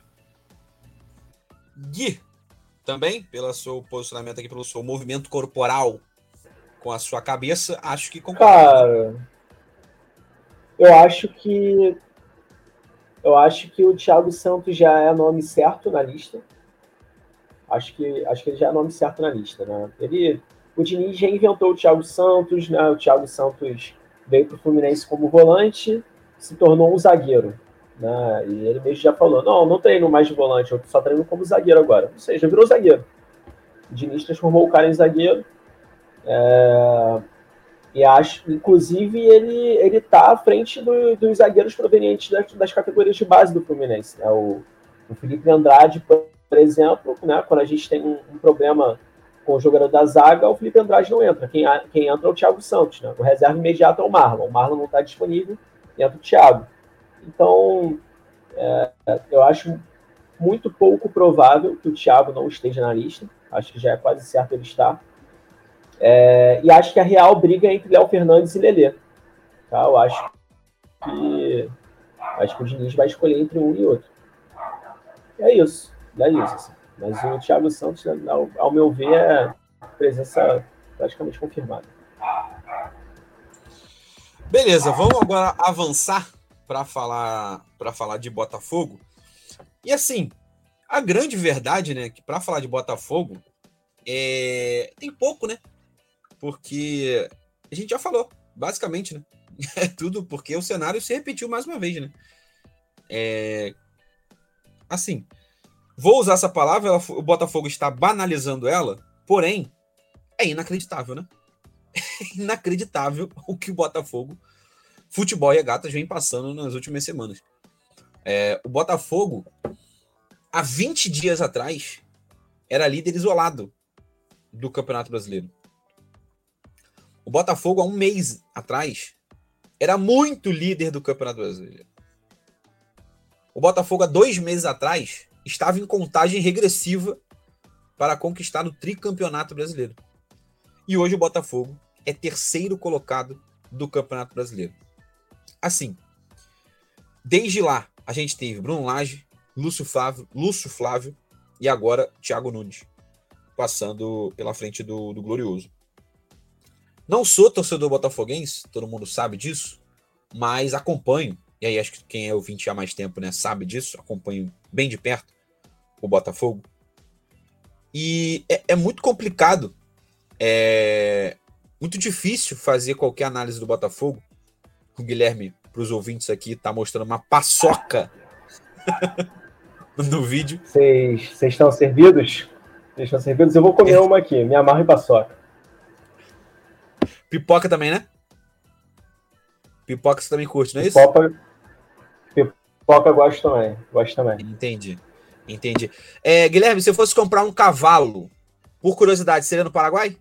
Gui, também, pelo seu posicionamento aqui, pelo seu movimento corporal com a sua cabeça, acho que concordo. Cara, eu acho que eu acho que o Thiago Santos já é nome certo na lista. Acho que, acho que ele já é nome certo na lista, né? Ele, o Diniz reinventou o Thiago Santos, né? O Thiago Santos veio para o Fluminense como volante, se tornou um zagueiro. Né? E ele mesmo já falou, não, não treino mais de volante, eu só treino como zagueiro agora. Ou seja, virou zagueiro. O Diniz transformou o cara em zagueiro. É... E acho, inclusive, ele, ele tá à frente do, dos zagueiros provenientes das, das categorias de base do Fluminense. Né? O, o Felipe Andrade, por exemplo, né? Quando a gente tem um, um problema com o jogador da zaga, o Felipe Andrade não entra. Quem, quem entra é o Thiago Santos. Né? O reserva imediato é o Marlon. O Marlon não está disponível, entra o Thiago. Então, é, eu acho muito pouco provável que o Thiago não esteja na lista. Acho que já é quase certo ele estar. É, e acho que a real briga é entre Léo Fernandes e Lelê. Tá? Eu acho que, acho que o Diniz vai escolher entre um e outro. É isso. É isso. Assim. Mas o Thiago Santos, ao, ao meu ver, é presença praticamente confirmada. Beleza, vamos agora avançar para falar, para falar de Botafogo. E assim, a grande verdade, né, que para falar de Botafogo, é... tem pouco, né? Porque a gente já falou, basicamente, né? É tudo porque o cenário se repetiu mais uma vez, né? É... Assim, vou usar essa palavra, ela, o Botafogo está banalizando ela, porém, é inacreditável, né? É inacreditável o que o Botafogo, Futebol e Gatas vem passando nas últimas semanas. É, o Botafogo, há vinte dias atrás, era líder isolado do Campeonato Brasileiro. O Botafogo, há um mês atrás, era muito líder do Campeonato Brasileiro. O Botafogo, há dois meses atrás, estava em contagem regressiva para conquistar o tricampeonato brasileiro. E hoje o Botafogo é terceiro colocado do Campeonato Brasileiro. Assim, desde lá, a gente teve Bruno Lage, Lúcio Flávio, Lúcio Flávio e agora Thiago Nunes, passando pela frente do, do Glorioso. Não sou torcedor botafoguense, todo mundo sabe disso, mas acompanho, e aí acho que quem é ouvinte há mais tempo, né, sabe disso, acompanho bem de perto o Botafogo. E é, é muito complicado, é muito difícil fazer qualquer análise do Botafogo. O Guilherme, para os ouvintes aqui, tá mostrando uma paçoca no vídeo. Vocês estão servidos? Vocês estão servidos? Eu vou comer é. uma aqui, me amarro em paçoca. Pipoca também, né? Pipoca você também curte, não é isso? Pipoca, pipoca eu gosto também. Gosto também. Entendi. Entendi. É, Guilherme, se eu fosse comprar um cavalo, por curiosidade, seria no Paraguai?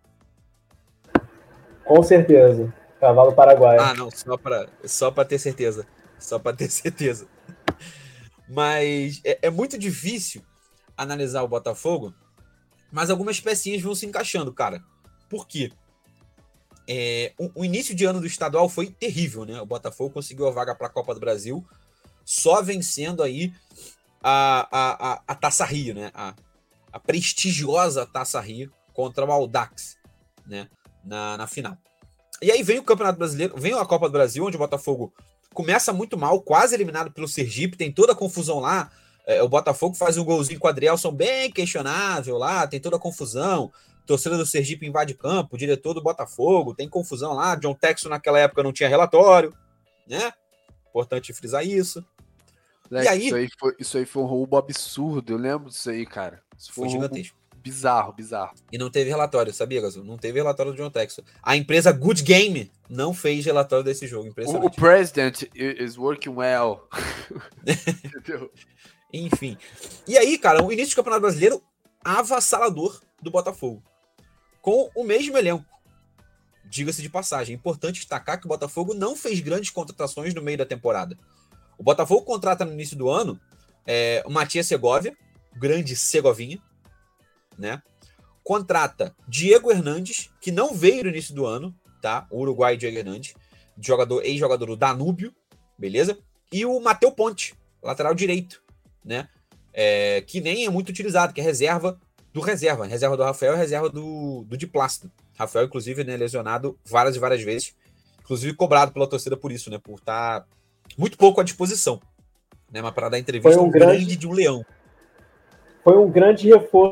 Com certeza. Cavalo paraguaio. Ah, não, só para só para ter certeza. Só para ter certeza. Mas é, é muito difícil analisar o Botafogo, mas algumas pecinhas vão se encaixando, cara. Por quê? É, o, o início de ano do estadual foi terrível, né? O Botafogo conseguiu a vaga para a Copa do Brasil só vencendo aí a, a, a, a Taça Rio, né? A, a prestigiosa Taça Rio contra o Audax, né? Na, na final. E aí vem o Campeonato Brasileiro, vem a Copa do Brasil, onde o Botafogo começa muito mal, quase eliminado pelo Sergipe, tem toda a confusão lá. É, o Botafogo faz um golzinho com o Adrielson bem questionável lá, tem toda a confusão. Torcida do Sergipe invade campo, o diretor do Botafogo, tem confusão lá. John Texton naquela época não tinha relatório, né? Importante frisar isso. Leque, e aí, isso aí, foi, isso aí foi um roubo absurdo, eu lembro disso aí, cara. Isso foi, foi um gigantesco. Bizarro, bizarro. E não teve relatório, sabia, Gazu? Não teve relatório do John Texton. A empresa Good Game não fez relatório desse jogo. Impressionante. O, o president is working well. Entendeu? Enfim. E aí, cara, o início do Campeonato Brasileiro avassalador do Botafogo. Com o mesmo elenco. Diga-se de passagem. É importante destacar que o Botafogo não fez grandes contratações no meio da temporada. O Botafogo contrata no início do ano é, o Matias Segovia, grande Segovinha, né? Contrata Diego Hernandes, que não veio no início do ano, tá? O Uruguai Diego Hernandes, jogador, ex-jogador do Danúbio, beleza? E o Matheus Ponte, lateral direito, né? É, que nem é muito utilizado, que é reserva do reserva. Reserva do Rafael e reserva do, do Diplácido. Rafael, inclusive, né, lesionado várias e várias vezes. Inclusive, cobrado pela torcida por isso, né? Por estar muito pouco à disposição. Né, mas para dar entrevista foi um grande, grande de um leão. Foi um grande reforço.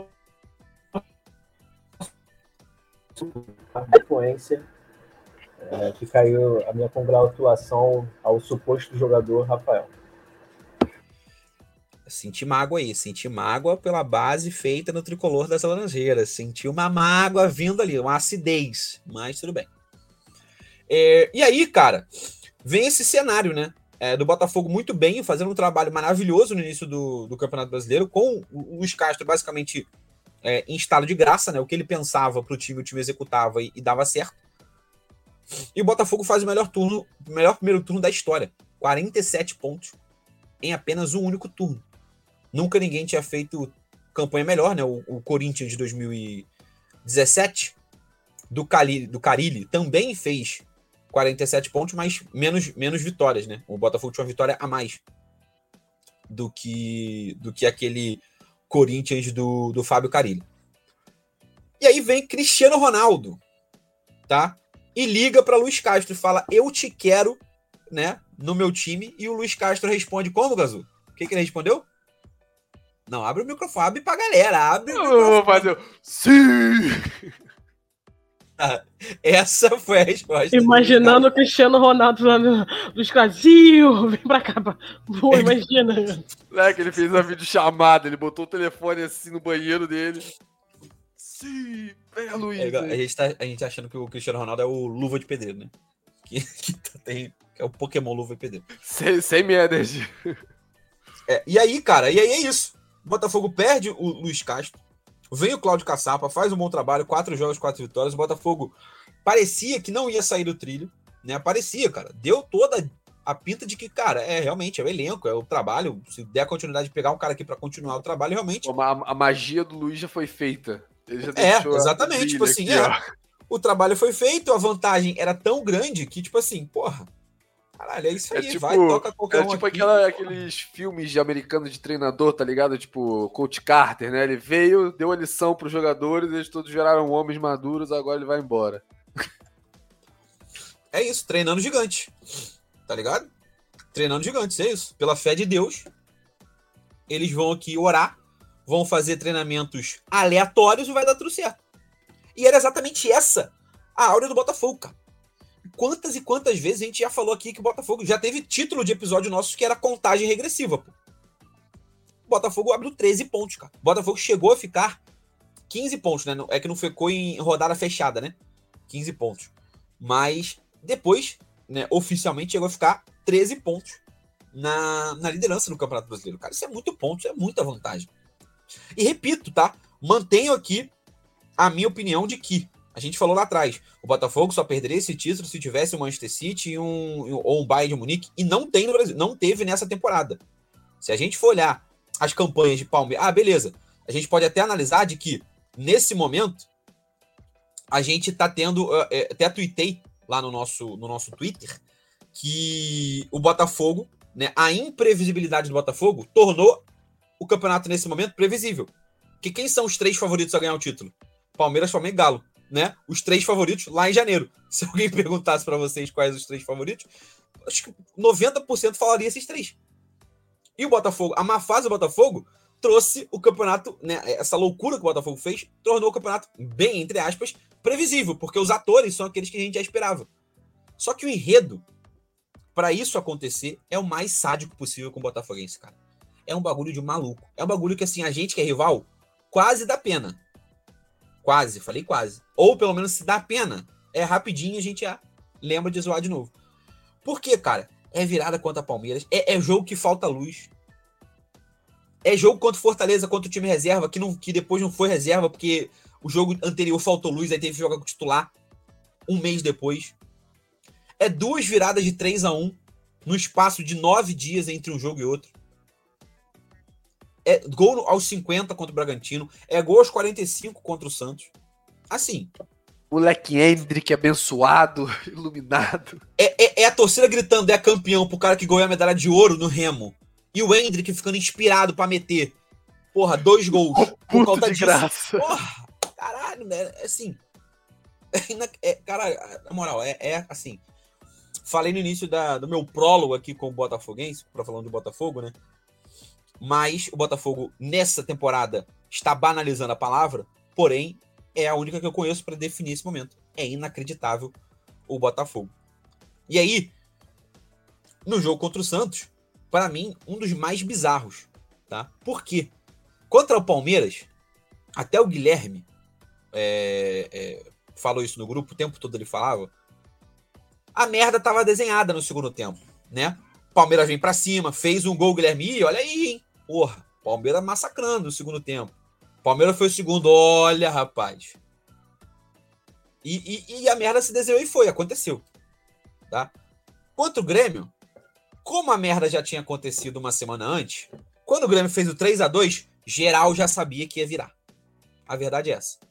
A influência é, que caiu a minha congratulação ao suposto jogador Rafael. Senti mágoa aí, senti mágoa pela base feita no tricolor das Laranjeiras. Senti uma mágoa vindo ali, uma acidez, mas tudo bem. É, e aí, cara, vem esse cenário, né? É, do Botafogo muito bem, fazendo um trabalho maravilhoso no início do, do Campeonato Brasileiro, com o Luiz Castro basicamente é, em estado de graça, né? O que ele pensava pro time, o time executava e, e dava certo. E o Botafogo faz o melhor turno, o melhor primeiro turno da história. quarenta e sete pontos em apenas um único turno. Nunca ninguém tinha feito campanha melhor, né? O, o Corinthians de dois mil e dezessete do, Cali, do Carille também fez quarenta e sete pontos, mas menos, menos vitórias, né? O Botafogo tinha uma vitória a mais do que, do que aquele Corinthians do, do Fábio Carille. E aí vem Cristiano Ronaldo, tá? E liga para Luiz Castro e fala, eu te quero, né, no meu time. E o Luiz Castro responde como, Gazu? O que, que ele respondeu? Não, abre o microfone, abre pra galera, abre o Eu vou fazer o... Sim! Essa foi a resposta. Imaginando o Cristiano Ronaldo lá no, no Brasil, vem pra cá. Pô, imagina. É que ele fez uma videochamada, ele botou o telefone assim no banheiro dele. Sim, venha, Luiz. É, a, gente tá, a gente tá achando que o Cristiano Ronaldo é o Luva de Pedreiro, né? Que, que, tem, que é o Pokémon Luva de Pedreiro. Sem, sem energy. É, e aí, cara, e aí é isso. O Botafogo perde o Luiz Castro. Vem o Cláudio Caçapa, faz um bom trabalho, quatro jogos, quatro vitórias. O Botafogo parecia que não ia sair do trilho, né? Parecia, cara. Deu toda a pinta de que, cara, é realmente é o elenco, é o trabalho. Se der a continuidade de pegar um cara aqui para continuar o trabalho, realmente. A, a magia do Luiz já foi feita. Ele já é, exatamente. Tipo assim, aqui, é, o trabalho foi feito, a vantagem era tão grande que, tipo assim, porra. Caralho, é isso aí, é tipo, vai, toca qualquer é um tipo aqui. Aquela, aqueles filmes de americano de treinador, tá ligado? Tipo, Coach Carter, né? Ele veio, deu a lição pros jogadores, eles todos viraram homens maduros, agora ele vai embora. É isso, treinando gigante, tá ligado? Treinando gigantes, é isso. Pela fé de Deus, eles vão aqui orar, vão fazer treinamentos aleatórios e vai dar tudo certo. E era exatamente essa a áurea do Botafogo, cara. Quantas e quantas vezes a gente já falou aqui que o Botafogo já teve título de episódio nosso que era contagem regressiva, pô. O Botafogo abriu treze pontos, cara. O Botafogo chegou a ficar quinze pontos, né? É que não ficou em rodada fechada, né? quinze pontos. Mas depois, né, oficialmente chegou a ficar treze pontos na, na liderança do Campeonato Brasileiro. Cara, isso é muito ponto, isso é muita vantagem. E repito, tá? Mantenho aqui a minha opinião de que a gente falou lá atrás, o Botafogo só perderia esse título se tivesse o Manchester City e um, ou um Bayern de Munique, e não tem no Brasil, não teve nessa temporada. Se a gente for olhar as campanhas de Palmeiras, ah, beleza, a gente pode até analisar de que, nesse momento, a gente tá tendo, é, até tuitei lá no nosso, no nosso Twitter, que o Botafogo, né, a imprevisibilidade do Botafogo tornou o campeonato nesse momento previsível. Porque quem são os três favoritos a ganhar o título? Palmeiras, Flamengo e Galo. Né? Os três favoritos lá em janeiro. Se alguém perguntasse para vocês quais os três favoritos, acho que noventa por cento falaria esses três. E o Botafogo, a má fase do Botafogo trouxe o campeonato, né, essa loucura que o Botafogo fez, tornou o campeonato bem, entre aspas, previsível, porque os atores são aqueles que a gente já esperava. Só que o enredo, para isso acontecer, é o mais sádico possível com o Botafoguense, cara. É um bagulho de maluco. É um bagulho que, assim, a gente que é rival, quase dá pena. Quase, falei quase. Ou pelo menos se dá pena, é rapidinho a gente já lembra de zoar de novo. Por quê, cara? É virada contra a Palmeiras, é, é jogo que falta luz. É jogo contra o Fortaleza, contra o time reserva, que, não, que depois não foi reserva, porque o jogo anterior faltou luz, aí teve que jogar com o titular um mês depois. É duas viradas de três a um no espaço de nove dias entre um jogo e outro. É gol aos cinquenta contra o Bragantino. É gol aos quarenta e cinco contra o Santos. Assim. Moleque Hendrick abençoado, iluminado. É, é, é a torcida gritando, é campeão pro cara que ganhou a medalha de ouro no Remo. E o Hendrick ficando inspirado pra meter. Porra, dois gols. Por causa de disso. Graça. Porra, caralho, né? É assim. É, caralho, na moral, é, é assim. Falei no início da, do meu prólogo aqui com o Botafoguense, pra falando do Botafogo, né? Mas o Botafogo, nessa temporada, está banalizando a palavra, porém, é a única que eu conheço para definir esse momento. É inacreditável o Botafogo. E aí, no jogo contra o Santos, para mim, um dos mais bizarros, tá? Por quê? Contra o Palmeiras, até o Guilherme é, é, falou isso no grupo, o tempo todo ele falava, a merda tava desenhada no segundo tempo, né? Palmeiras vem pra cima, fez um gol, Guilherme, e olha aí, hein? Porra, Palmeiras massacrando no segundo tempo. Palmeiras foi o segundo, olha, rapaz. E, e, e a merda se desenhou e foi, aconteceu. Tá? Contra o Grêmio, como a merda já tinha acontecido uma semana antes, quando o Grêmio fez o três a dois, geral já sabia que ia virar. A verdade é essa.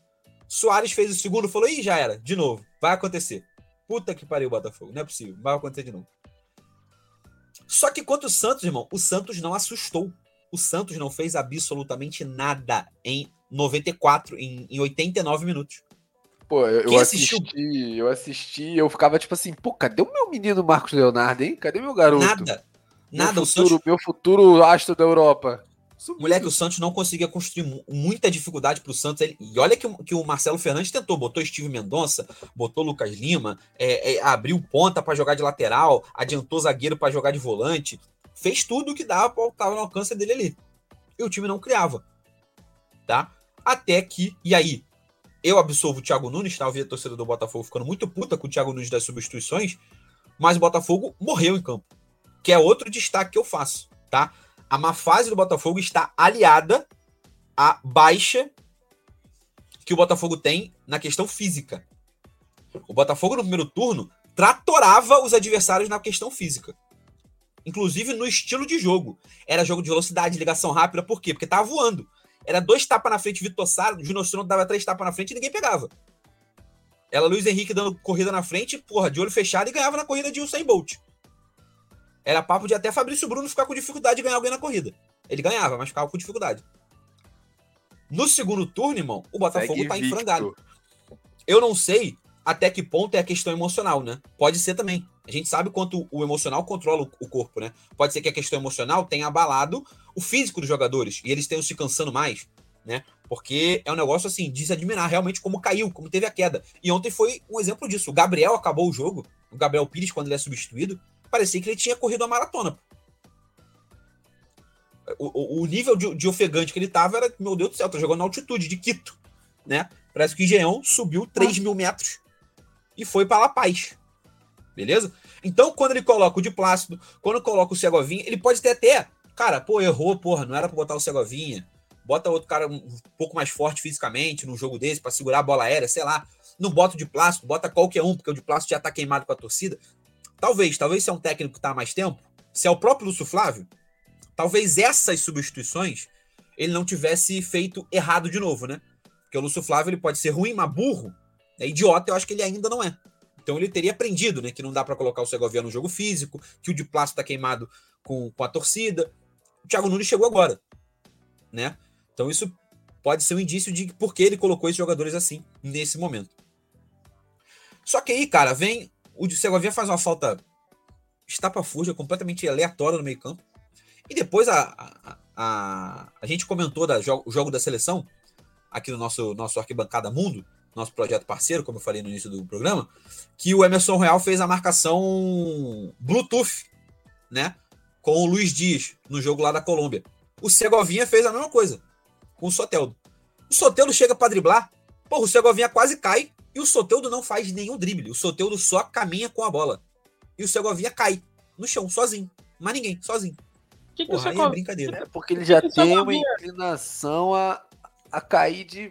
Soares fez o segundo, falou, ih, já era, de novo, vai acontecer. Puta que pariu o Botafogo, não é possível, vai acontecer de novo. Só que quanto o Santos, irmão, o Santos não assustou. O Santos não fez absolutamente nada em noventa e quatro, em, em oitenta e nove minutos. Pô, eu, Quem eu assistiu? assisti, eu assisti, eu ficava tipo assim, pô, cadê o meu menino Marcos Leonardo, hein? Cadê meu garoto? Nada, Meu nada. futuro, O Santos, meu futuro astro da Europa. Sumiu. moleque, o Santos não conseguia construir mu- muita dificuldade pro Santos. Ele- e olha que, o- que o Marcelo Fernandes tentou, botou Steve Mendonça, botou Lucas Lima, é, é, abriu ponta pra jogar de lateral, adiantou zagueiro pra jogar de volante, fez tudo o que dava pra estar no alcance dele ali. E o time não criava, tá? Até que, e aí, eu absolvo o Thiago Nunes, tá? Eu vi a torcida do Botafogo ficando muito puta com o Thiago Nunes das substituições, mas o Botafogo morreu em campo, que é outro destaque que eu faço, tá? A má fase do Botafogo está aliada à baixa que o Botafogo tem na questão física. O Botafogo, no primeiro turno, tratorava os adversários na questão física. Inclusive no estilo de jogo. Era jogo de velocidade, ligação rápida. Por quê? Porque tava voando. Era dois tapas na frente, Vitor Sá, Júnior Silva dava três tapas na frente e ninguém pegava. Era Luiz Henrique dando corrida na frente, porra, de olho fechado e ganhava na corrida de Usain Bolt. Era papo de até Fabrício Bruno ficar com dificuldade de ganhar alguém na corrida. Ele ganhava, mas ficava com dificuldade. No segundo turno, irmão, o Botafogo Segue tá invicto. enfrangado. Eu não sei até que ponto é a questão emocional, né? Pode ser também. A gente sabe quanto o emocional controla o corpo, né? Pode ser que a questão emocional tenha abalado o físico dos jogadores e eles tenham se cansando mais, né? Porque é um negócio, assim, de se admirar realmente como caiu, como teve a queda. E ontem foi um exemplo disso. O Gabriel acabou o jogo, o Gabriel Pires, quando ele é substituído, parecia que ele tinha corrido a maratona. O, o, o nível de, de ofegante que ele tava era, meu Deus do céu, tá jogando na altitude de Quito, né? Parece que o Engenhão subiu três mil metros e foi para La Paz. Beleza? Então, quando ele coloca o de Plácido, quando coloca o Segovinha, ele pode ter até, cara, pô, errou, porra, não era pra botar o Segovinha. Bota outro cara um pouco mais forte fisicamente num jogo desse pra segurar a bola aérea, sei lá. Não bota o de Plácido, bota qualquer um, porque o de Plácido já tá queimado com a torcida. Talvez, talvez se é um técnico que tá há mais tempo, se é o próprio Lúcio Flávio, talvez essas substituições ele não tivesse feito errado de novo, né? Porque o Lúcio Flávio ele pode ser ruim, mas burro, é idiota, eu acho que ele ainda não é. Então ele teria aprendido, né, que não dá para colocar o Segovia no jogo físico, que o de Plácido tá queimado com, com a torcida. O Thiago Nunes chegou agora, né? Então isso pode ser um indício de por que ele colocou esses jogadores assim, nesse momento. Só que aí, cara, vem o de Segovia faz uma falta estapafúrdia, completamente aleatória no meio campo. E depois a, a, a, a gente comentou da, o jogo da seleção, aqui no nosso, nosso Arquibancada Mundo, nosso projeto parceiro, como eu falei no início do programa, que o Emerson Royal fez a marcação Bluetooth, né? Com o Luiz Dias, no jogo lá da Colômbia. O Segovinha fez a mesma coisa, com o Soteldo. O Soteldo chega para driblar, porra, o Segovinha quase cai, e o Soteldo não faz nenhum drible. O Soteldo só caminha com a bola. E o Segovinha cai no chão, sozinho. Mas ninguém, sozinho. Que que Porra, o aí Segovia... é brincadeira. É porque ele já que que tem uma Segovia- inclinação a, a cair de...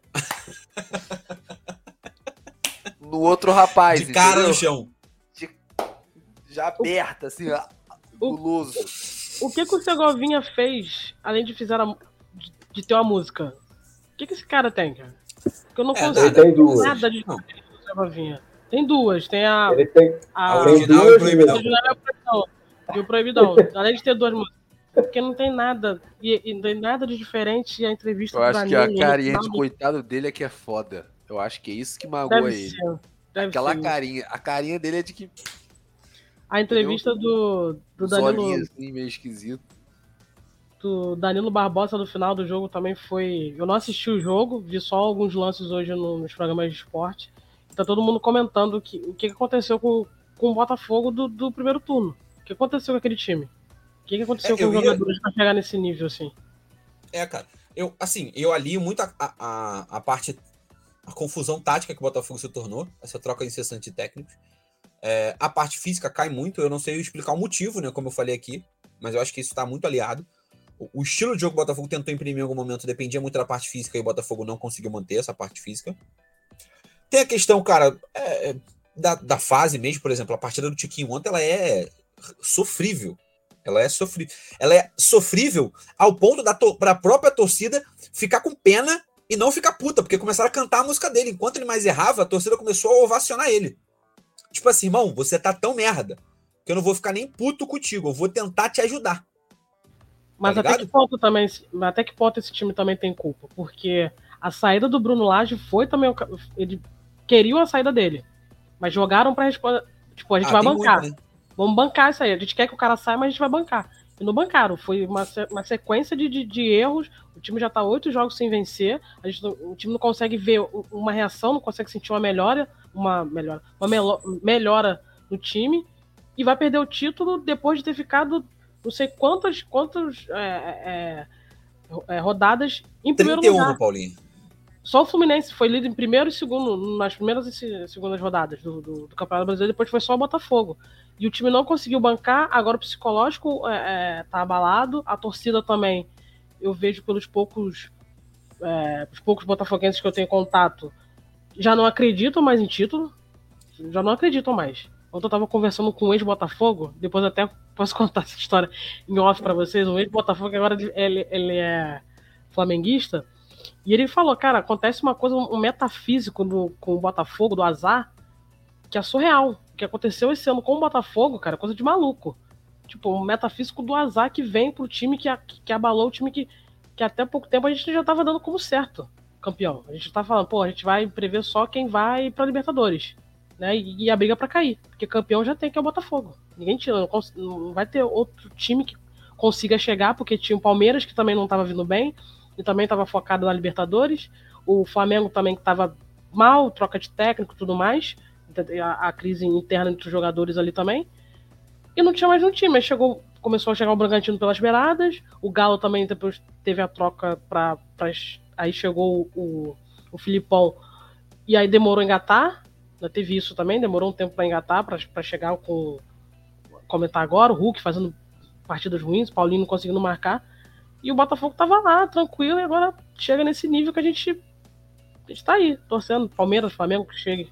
no outro rapaz, De cara entendeu? no chão. De... Já aberta, assim, ó, guloso. O que, que o Segovinha fez, além de, fizer a- de, de ter uma música? O que, que esse cara tem, cara? Porque eu não É, consigo Ele tem duas. nada de diferente do Segovinha. Tem duas, tem a... Ele tem, a, A a original e duas o proibidão. original e a proibidão. E o proibidão. Além de ter duas músicas. Porque não tem nada. E, e não tem nada de diferente. E a entrevista Eu do acho que a Danilo, carinha no de final, coitado dele é que é foda. Eu acho que é isso que magoa deve ele. ser. Deve Aquela ser. carinha. A carinha dele é de que... A entrevista do, do Os Danilo, olhinhos assim, meio esquisito. do Danilo Barbosa no final do jogo também foi... Eu não assisti o jogo, vi só alguns lances hoje no- nos programas de esporte. Tá todo mundo comentando que, o que que aconteceu com, com o Botafogo do, do primeiro turno. O que aconteceu com aquele time? O que que aconteceu É, com eu os ia- jogadores pra chegar nesse nível, assim? É, cara. Eu, assim, eu alio muito a, a, a parte... A confusão tática que o Botafogo se tornou. Essa troca incessante de técnicos. É, a parte física cai muito. Eu não sei explicar o motivo, né? Como eu falei aqui. Mas eu acho que isso tá muito aliado. O, o estilo de jogo que o Botafogo tentou imprimir em algum momento dependia muito da parte física. E o Botafogo não conseguiu manter essa parte física. Tem a questão, cara... É, da, da fase mesmo, por exemplo. A partida do Tiquinho ontem, ela é sofrível. Ela é sofrível. Ela é sofrível ao ponto da, to- da própria torcida ficar com pena e não ficar puta, porque começaram a cantar a música dele. Enquanto ele mais errava, a torcida começou a ovacionar ele. Tipo assim, irmão, você tá tão merda que eu não vou ficar nem puto contigo, eu vou tentar te ajudar. Mas tá até que ponto também, até que ponto esse time também tem culpa? Porque a saída do Bruno Lage foi também, ele queriam a saída dele, mas jogaram pra responder, tipo, a gente ah, vai bancar. Muito, né? Vamos bancar isso aí, a gente quer que o cara saia, mas a gente vai bancar. E não bancaram, foi uma, uma sequência de, de, de erros, o time já tá oito jogos sem vencer, a gente, o time não consegue ver uma reação, não consegue sentir uma melhora, uma melhora, uma melo, melhora no time, e vai perder o título depois de ter ficado não sei quantas, quantas é, é, é, rodadas em primeiro trinta e um, lugar. Paulinho. Só o Fluminense foi líder em primeiro e segundo, nas primeiras e segundas rodadas do, do, do Campeonato Brasileiro, depois foi só o Botafogo. E o time não conseguiu bancar, agora o psicológico é, é, tá abalado, a torcida também, eu vejo pelos poucos, é, os poucos botafoguenses que eu tenho contato, já não acreditam mais em título, já não acreditam mais. Ontem eu tava conversando com um ex-Botafogo, depois até posso contar essa história em off pra vocês, um ex-Botafogo que agora ele, ele é flamenguista, e ele falou, cara, acontece uma coisa, um metafísico no, com o Botafogo, do azar, que é surreal. O que aconteceu esse ano com o Botafogo, cara, coisa de maluco. Tipo, um metafísico do azar que vem pro time que, que abalou o time que, que até pouco tempo a gente já tava dando como certo, campeão. A gente tá falando, pô, a gente vai prever só quem vai pra Libertadores, né? E, e a briga pra cair. Porque campeão já tem, que é o Botafogo. Ninguém tira, não, cons- não vai ter outro time que consiga chegar, porque tinha o Palmeiras, que também não tava vindo bem, e também tava focado na Libertadores. O Flamengo também que tava mal, troca de técnico e tudo mais. A, a crise interna entre os jogadores ali também. E não tinha mais um time. Aí chegou, começou a chegar o Bragantino pelas beiradas. O Galo também depois teve a troca para. Aí chegou o, o Filipão. E aí demorou a engatar. Teve isso também, demorou um tempo para engatar, para chegar com. Comentar agora. O Hulk fazendo partidas ruins, o Paulinho não conseguindo marcar. E o Botafogo tava lá, tranquilo, e agora chega nesse nível que a gente. A gente tá aí, torcendo. Palmeiras, Flamengo, que chegue.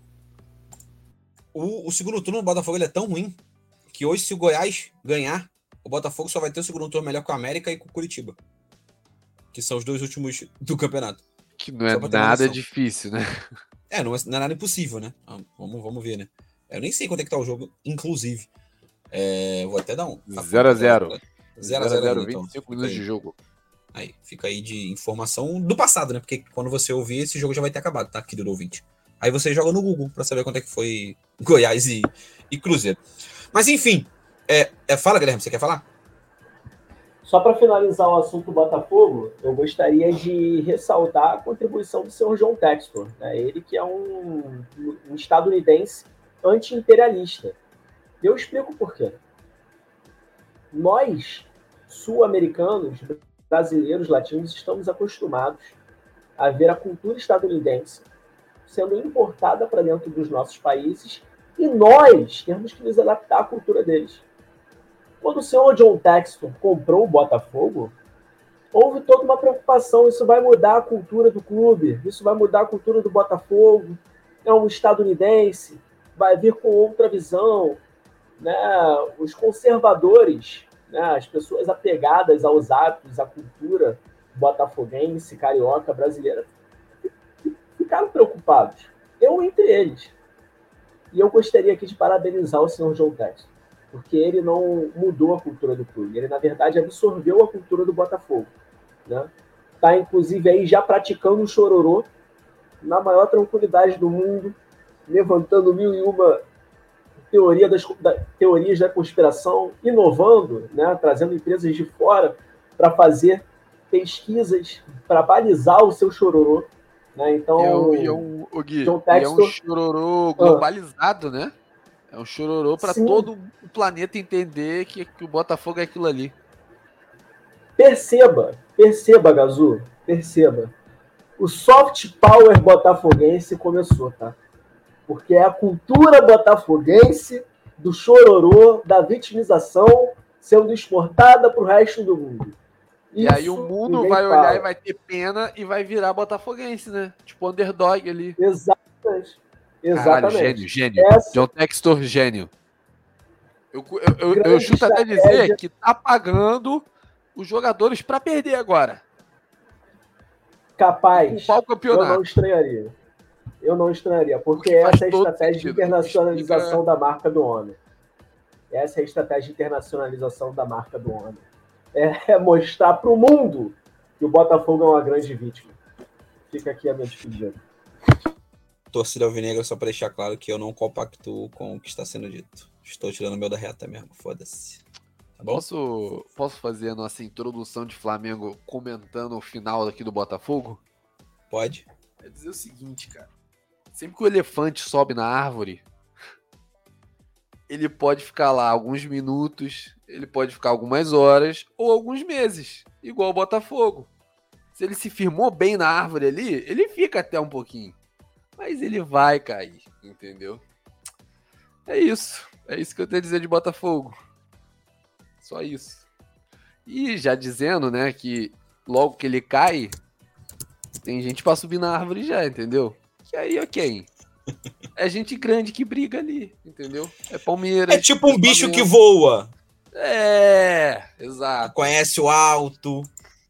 O, o segundo turno do Botafogo ele é tão ruim que hoje, se o Goiás ganhar, o Botafogo só vai ter o segundo turno melhor com o América e com o Curitiba. Que são os dois últimos do campeonato. Que não é nada difícil, né? É não, é, não é nada impossível, né? Vamos, vamos ver, né? Eu nem sei quanto é que tá o jogo, inclusive. É, vou até dar um... zero a zero. zero a zero, vinte e cinco minutos de jogo. Aí, fica aí de informação do passado, né? Porque quando você ouvir, esse jogo já vai ter acabado, tá, querido ouvinte? Aí você joga no Google pra saber quanto é que foi Goiás e, e Cruzeiro. Mas enfim, é, é, fala, Guilherme, você quer falar? Só para finalizar o assunto Botafogo, eu gostaria de ressaltar a contribuição do senhor John Textor, né? Ele que é um, um estadunidense anti-imperialista. Eu explico por quê. Nós, sul-americanos, brasileiros, latinos, estamos acostumados a ver a cultura estadunidense sendo importada para dentro dos nossos países e nós temos que nos adaptar à cultura deles. Quando o senhor John Textor comprou o Botafogo, houve toda uma preocupação, isso vai mudar a cultura do clube, isso vai mudar a cultura do Botafogo, é um estadunidense, vai vir com outra visão, né? Os conservadores, né? As pessoas apegadas aos hábitos, à cultura botafoguense, carioca, brasileira, ficaram preocupados, eu entre eles. E eu gostaria aqui de parabenizar o senhor John Textor, porque ele não mudou a cultura do clube, ele, na verdade, absorveu a cultura do Botafogo. Né? Tá, inclusive, aí já praticando o chororô na maior tranquilidade do mundo, levantando mil e uma teoria das, da, teorias da conspiração, inovando, né? Trazendo empresas de fora para fazer pesquisas, para balizar o seu chororô. Né? Então, é um, é um, o Gui, John Textor, é um chororô globalizado, ah. né? É um chororô para todo o planeta entender que, que o Botafogo é aquilo ali. Perceba, perceba, Gazu, perceba. O soft power botafoguense começou, tá? Porque é a cultura botafoguense do chororô, da vitimização, sendo exportada para o resto do mundo. E Isso, aí o mundo vai fala. olhar e vai ter pena e vai virar botafoguense, né? Tipo underdog ali. Exatamente. Exatamente. Caralho, gênio, gênio. Essa... John Textor, gênio. Eu, eu, eu, eu chuto até dizer que tá pagando os jogadores para perder agora. Capaz. Qual Eu campeonato? não estranharia. Eu não estranharia, porque, Porque essa é a todo estratégia de sentido. internacionalização Fica... da marca do homem. Essa é a estratégia de internacionalização da marca do homem. É, é mostrar para o mundo que o Botafogo é uma grande vítima. Fica aqui a minha despedida. Torcida alvinegra, só para deixar claro que eu não compactuo com o que está sendo dito. Estou tirando o meu da reta mesmo, foda-se. Tá bom? Posso, posso fazer a nossa introdução de Flamengo comentando o final aqui do Botafogo? Pode. É dizer o seguinte, cara. Sempre que o elefante sobe na árvore, ele pode ficar lá alguns minutos, ele pode ficar algumas horas ou alguns meses, igual o Botafogo. Se ele se firmou bem na árvore ali, ele fica até um pouquinho. Mas ele vai cair, entendeu? É isso. É isso que eu tenho a dizer de Botafogo. Só isso. E já dizendo, né, que logo que ele cai, tem gente pra subir na árvore já, entendeu? Que aí, ok. É gente grande que briga ali, entendeu? É Palmeiras. É tipo um é bicho Flamengo. que voa. É, exato. Conhece o alto.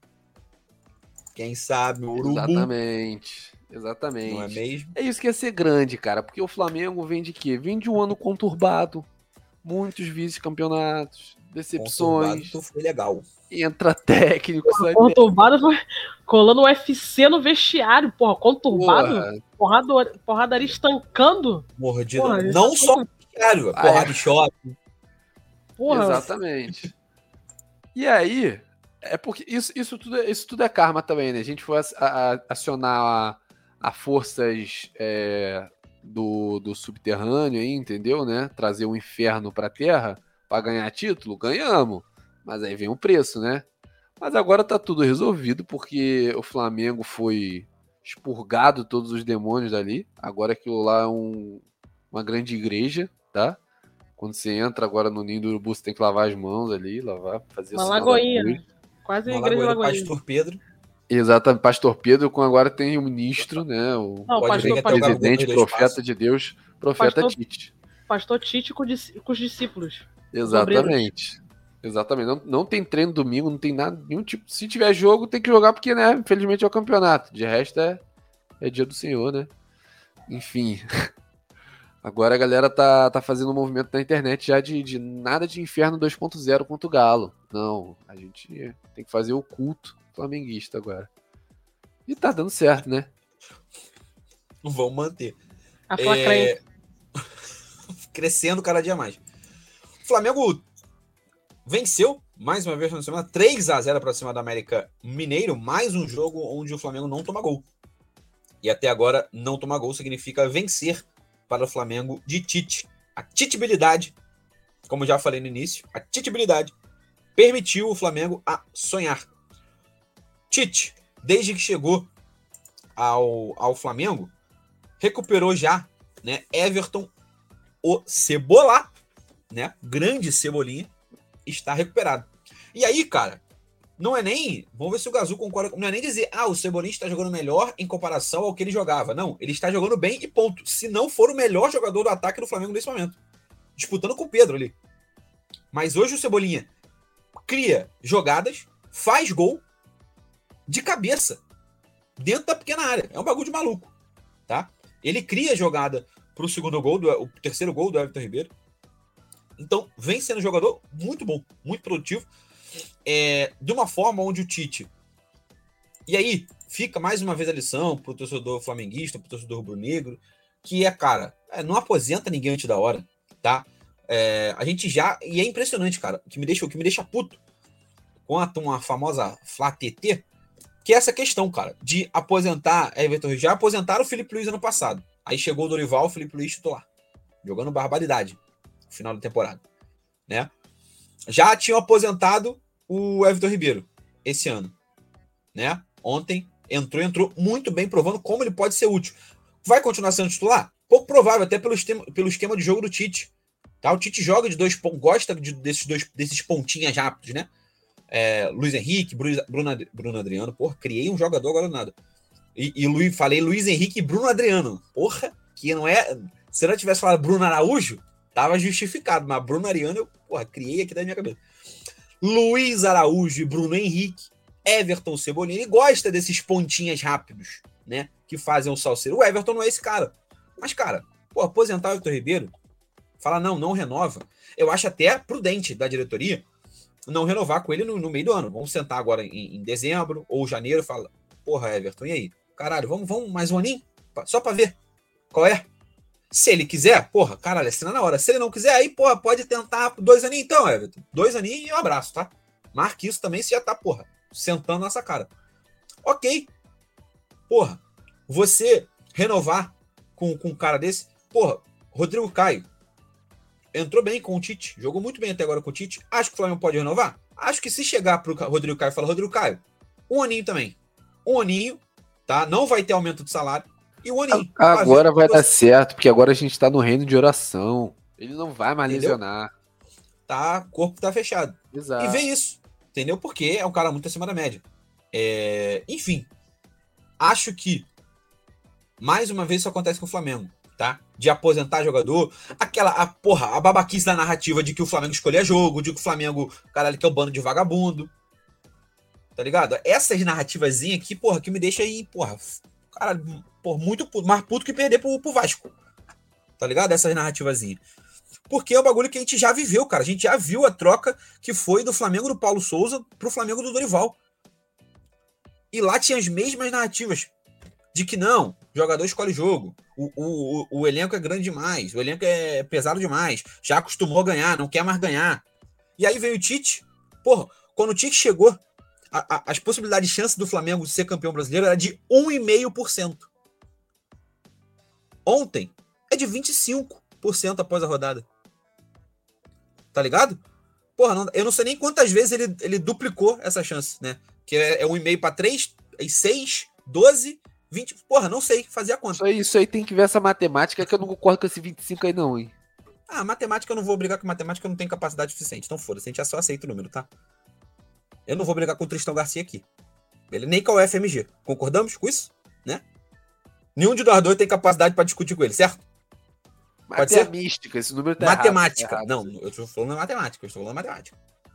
Quem sabe o urubu. Exatamente. Exatamente. Não é mesmo? É isso que é ser grande, cara. Porque o Flamengo vem de quê? Vem de um ano conturbado. Muitos vice-campeonatos. Decepções. Conturbado foi legal. Entra técnico, sai Conturbado foi colando o U F C no vestiário, porra. Conturbado? Porra. Porrada, porradaria estancando. Mordida. Porra, não isso só é no vestiário, Ah, porrada é. de shopping. Porra. Exatamente. E aí, é porque isso, isso, tudo, é- isso tudo é karma também, né? A gente foi a- a- acionar a, a forças é, do, do subterrâneo aí, entendeu, né? Trazer o inferno pra terra pra ganhar título, ganhamos. Mas aí vem o preço, né? Mas agora tá tudo resolvido, porque o Flamengo foi expurgado todos os demônios dali. Agora aquilo lá é um- uma grande igreja, tá? Quando você entra agora no ninho do urubu, você tem que lavar as mãos ali, lavar, fazer o Uma sinal da lagoinha. cruz. Quase a Uma igreja lagoeira Lagoinha. Pastor Pedro. Exatamente, Pastor Pedro, com agora tem o ministro, né? O Não, Pode ver que pastor, até o pastor, Gabigol presidente, perdeu profeta espaço. de Deus, profeta Pastor- Tite. pastor Tite com, dis- com os discípulos. Exatamente. Exatamente. Não, não tem treino domingo, não tem nada, nenhum tipo. Se tiver jogo, tem que jogar, porque, né? Infelizmente é o campeonato. De resto é, é dia do Senhor, né? Enfim. Agora a galera tá, tá fazendo um movimento na internet já de, de nada de inferno dois ponto zero contra o Galo. Não, a gente tem que fazer o culto flamenguista agora. E tá dando certo, né? Vão manter. A Flacrente. É... Crescendo cada dia mais. O Flamengo venceu mais uma vez na semana, três a zero para cima do América Mineiro, mais um jogo onde o Flamengo não toma gol. E até agora, não tomar gol significa vencer para o Flamengo de Tite. A titibilidade, como já falei no início, a titibilidade permitiu o Flamengo a sonhar. Tite, desde que chegou ao, ao Flamengo, recuperou já, né, Everton, o Cebola, né, grande Cebolinha, está recuperado. E aí, cara, não é nem, vamos ver se o Gazu concorda, não é nem dizer, ah, o Cebolinha está jogando melhor em comparação ao que ele jogava. Não, ele está jogando bem e ponto. Se não for o melhor jogador do ataque do Flamengo nesse momento. Disputando com o Pedro ali. Mas hoje o Cebolinha cria jogadas, faz gol de cabeça dentro da pequena área. É um bagulho de maluco, tá? Ele cria jogada pro segundo gol, do, o terceiro gol do Everton Ribeiro. Então, vem sendo um jogador muito bom, muito produtivo. É, de uma forma onde o Tite... E aí, fica mais uma vez a lição pro torcedor flamenguista, pro torcedor rubro-negro, que é, cara, é, não aposenta ninguém antes da hora, tá? É, a gente já... E é impressionante, cara, o que me deixa, o que me deixa puto com a, uma famosa Flá-T T, que é essa questão, cara, de aposentar Everton Ribeiro. Já aposentaram o Felipe Luiz ano passado. Aí chegou o Dorival, o Felipe Luiz titular. Jogando barbaridade no final da temporada, né? Já tinham aposentado o Everton Ribeiro esse ano, né? Ontem entrou, entrou muito bem, provando como ele pode ser útil. Vai continuar sendo titular? Pouco provável, até pelo esquema, pelo esquema de jogo do Tite. Tá? O Tite joga de dois pontos, gosta de, desses dois desses pontinhas rápidos, né? É, Luiz Henrique, Bruno, Bruno Adriano. Porra, criei um jogador agora nada. E, e Luiz, falei Luiz Henrique e Bruno Adriano. Porra, que não é... Se eu não tivesse falado Bruno Araújo, tava justificado, mas Bruno Ariano eu, porra, criei aqui da minha cabeça. Luiz Araújo e Bruno Henrique, Everton Cebolinha, ele gosta desses pontinhas rápidos, né? Que fazem o salseiro. O Everton não é esse cara. Mas, cara, pô, aposentar o Everton Ribeiro, falar não, não renova, eu acho até prudente da diretoria não renovar com ele no, no meio do ano. Vamos sentar agora em, em dezembro ou janeiro e falar, porra, Everton, e aí? Caralho, vamos, vamos mais um aninho? Só pra ver qual é? Se ele quiser, porra, caralho, assina na hora. Se ele não quiser, aí, porra, pode tentar dois aninhos então, Everton. Dois aninhos e um abraço, tá? Marque isso também se já tá, porra, sentando nessa cara. Ok. Porra, você renovar com, com um cara desse, porra, Rodrigo Caio entrou bem com o Tite, jogou muito bem até agora com o Tite. Acho que o Flamengo pode renovar? Acho que se chegar pro Rodrigo Caio e falar, Rodrigo Caio, um aninho também. Um aninho, tá? Não vai ter aumento de salário. E um aninho. Agora vai dar certo, porque agora a gente tá no reino de oração. Ele não vai mais entendeu? Lesionar. Tá, o corpo tá fechado. Exato. E vê isso, entendeu? Porque é um cara muito acima da média. É... Enfim, acho que mais uma vez isso acontece com o Flamengo, tá? De aposentar jogador, aquela, a porra, a babaquice da narrativa de que o Flamengo escolhia jogo, de que o Flamengo, caralho, que é o bando de vagabundo, tá ligado? Essas narrativazinhas aqui, porra, que me deixa aí, porra, caralho, porra, muito puto, mais puto que perder pro, pro Vasco, tá ligado? Essas narrativazinhas. Porque é um bagulho que a gente já viveu, cara, a gente já viu a troca que foi do Flamengo do Paulo Souza pro Flamengo do Dorival. E lá tinha as mesmas narrativas de que não, jogador escolhe jogo, o, o, o, o elenco é grande demais, o elenco é pesado demais, já acostumou a ganhar, não quer mais ganhar. E aí veio o Tite, porra, quando o Tite chegou, a, a, as possibilidades de chance do Flamengo de ser campeão brasileiro era de um vírgula cinco por cento. Ontem é de vinte e cinco por cento após a rodada. Tá ligado? Porra, não, eu não sei nem quantas vezes ele, ele duplicou essa chance, né? Que é, é um vírgula cinco para três, seis, doze, vinte. Porra, não sei fazer a conta. Isso aí, isso aí tem que ver essa matemática que eu não concordo com esse vinte e cinco aí não, hein? Ah, matemática eu não vou brigar com matemática, eu não tenho capacidade suficiente. Então foda-se, a gente só aceita o número, tá? Eu não vou brigar com o Tristão Garcia aqui. Ele nem com o F M G. Concordamos com isso? Né? Nenhum de nós dois tem capacidade pra discutir com ele, certo? Pode ser mística, esse número tá matemática. errado. Não, eu estou falando matemática, eu estou falando matemática.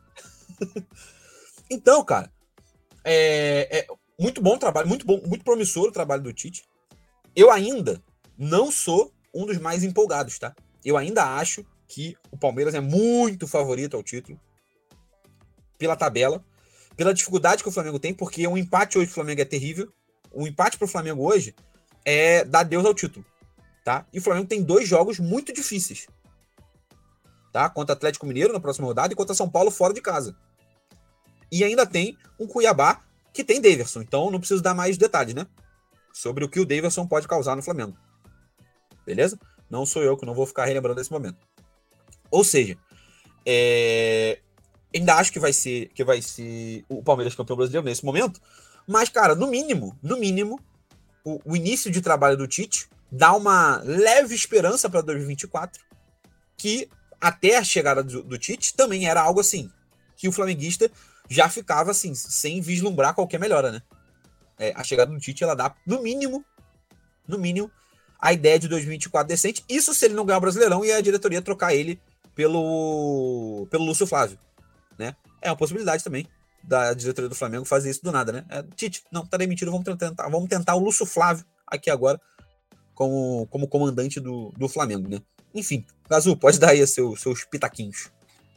Então, cara, é, é muito bom o trabalho, muito bom, muito promissor o trabalho do Tite. Eu ainda não sou um dos mais empolgados, tá? Eu ainda acho que o Palmeiras é muito favorito ao título pela tabela, pela dificuldade que o Flamengo tem, porque um empate hoje pro Flamengo é terrível. Um empate pro Flamengo hoje é dar adeus ao título, tá? E o Flamengo tem dois jogos muito difíceis, tá? Contra o Atlético Mineiro na próxima rodada e contra São Paulo fora de casa. E ainda tem um Cuiabá que tem Daverson, então não preciso dar mais detalhes, né? Sobre o que o Daverson pode causar no Flamengo. Beleza? Não sou eu que não vou ficar relembrando desse momento. Ou seja, é... ainda acho que vai ser que vai ser o Palmeiras campeão brasileiro nesse momento, mas, cara, no mínimo, no mínimo, o, o início de trabalho do Tite dá uma leve esperança para dois mil e vinte e quatro, que até a chegada do, do Tite também era algo assim, que o flamenguista já ficava assim, sem vislumbrar qualquer melhora, né? É, a chegada do Tite, ela dá, no mínimo, no mínimo, a ideia de dois mil e vinte e quatro decente. Isso se ele não ganhar o Brasileirão e a diretoria trocar ele pelo, pelo Lúcio Flávio, né? É uma possibilidade também da diretoria do Flamengo fazer isso do nada, né? É, Tite, não, tá demitido, vamos tentar, vamos tentar o Lúcio Flávio aqui agora como, como comandante do, do Flamengo, né? Enfim, Gazu, pode dar aí seu, seus pitaquinhos.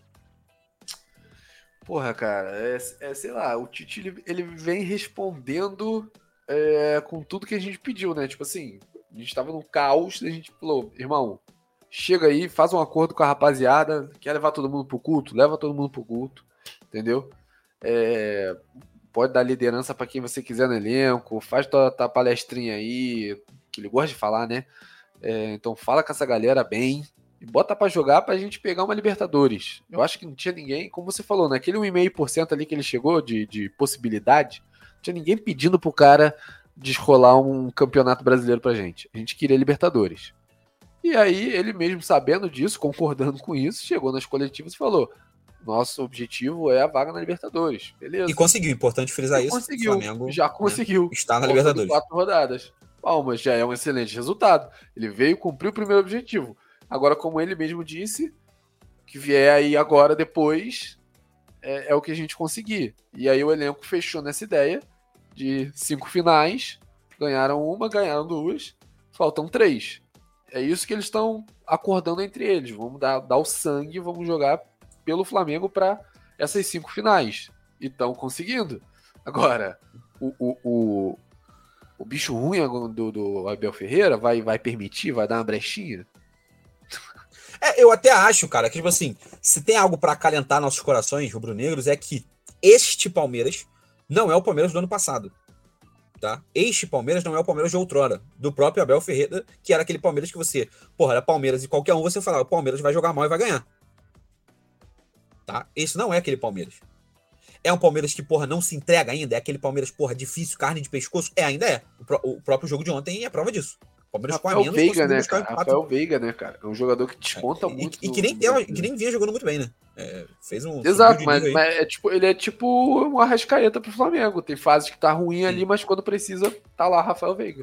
Porra, cara, é, é sei lá, o Tite ele, ele vem respondendo é, com tudo que a gente pediu, né? Tipo assim, a gente tava no caos, a gente falou, irmão, chega aí, faz um acordo com a rapaziada, quer levar todo mundo pro culto? Leva todo mundo pro culto, entendeu? É, pode dar liderança para quem você quiser no elenco, faz tua, tua palestrinha aí, que ele gosta de falar, né? É, então fala com essa galera bem e bota para jogar pra gente pegar uma Libertadores. Eu acho que não tinha ninguém, como você falou, naquele um vírgula cinco por cento ali que ele chegou de, de possibilidade, não tinha ninguém pedindo pro cara desrolar um campeonato brasileiro pra gente. A gente queria Libertadores. E aí, ele mesmo sabendo disso, concordando com isso, chegou nas coletivas e falou: nosso objetivo é a vaga na Libertadores. Beleza. E conseguiu, importante frisar e isso. Conseguiu, Flamengo, já conseguiu. Né, está na Libertadores. Quatro rodadas. Palmas, já é um excelente resultado. Ele veio cumprir o primeiro objetivo. Agora, como ele mesmo disse, que vier aí agora, depois, é, é o que a gente conseguir. E aí o elenco fechou nessa ideia de cinco finais, ganharam uma, ganharam duas, faltam três. É isso que eles estão acordando entre eles. Vamos dar, dar o sangue, vamos jogar pelo Flamengo para essas cinco finais. E estão conseguindo. Agora, o, o, o, o bicho ruim do, do Abel Ferreira vai, vai permitir, vai dar uma brechinha? É, eu até acho, cara, que tipo assim, se tem algo para acalentar nossos corações rubro-negros é que este Palmeiras não é o Palmeiras do ano passado. Tá? Este Palmeiras não é o Palmeiras de outrora, do próprio Abel Ferreira, que era aquele Palmeiras que você, porra, era Palmeiras e qualquer um você falava, o Palmeiras vai jogar mal e vai ganhar. Tá? Esse não é aquele Palmeiras. É um Palmeiras que, porra, não se entrega ainda, é aquele Palmeiras, porra, difícil, carne de pescoço, é, ainda é. O, pró- o próprio jogo de ontem é prova disso. O Palmeiras com a Rafael menos Veiga, conseguiu né, buscar cara? um Rafael empate. Veiga, né, cara? É um jogador que desconta E, muito. e, no- que, nem no tem, Brasil. que nem vinha jogando muito bem, né? É, fez um... Exato, subiu de mas, nível aí. mas é tipo, ele é tipo um Arrascaeta pro Flamengo. Tem fases que tá ruim Sim. ali, mas quando precisa, tá lá Rafael Veiga.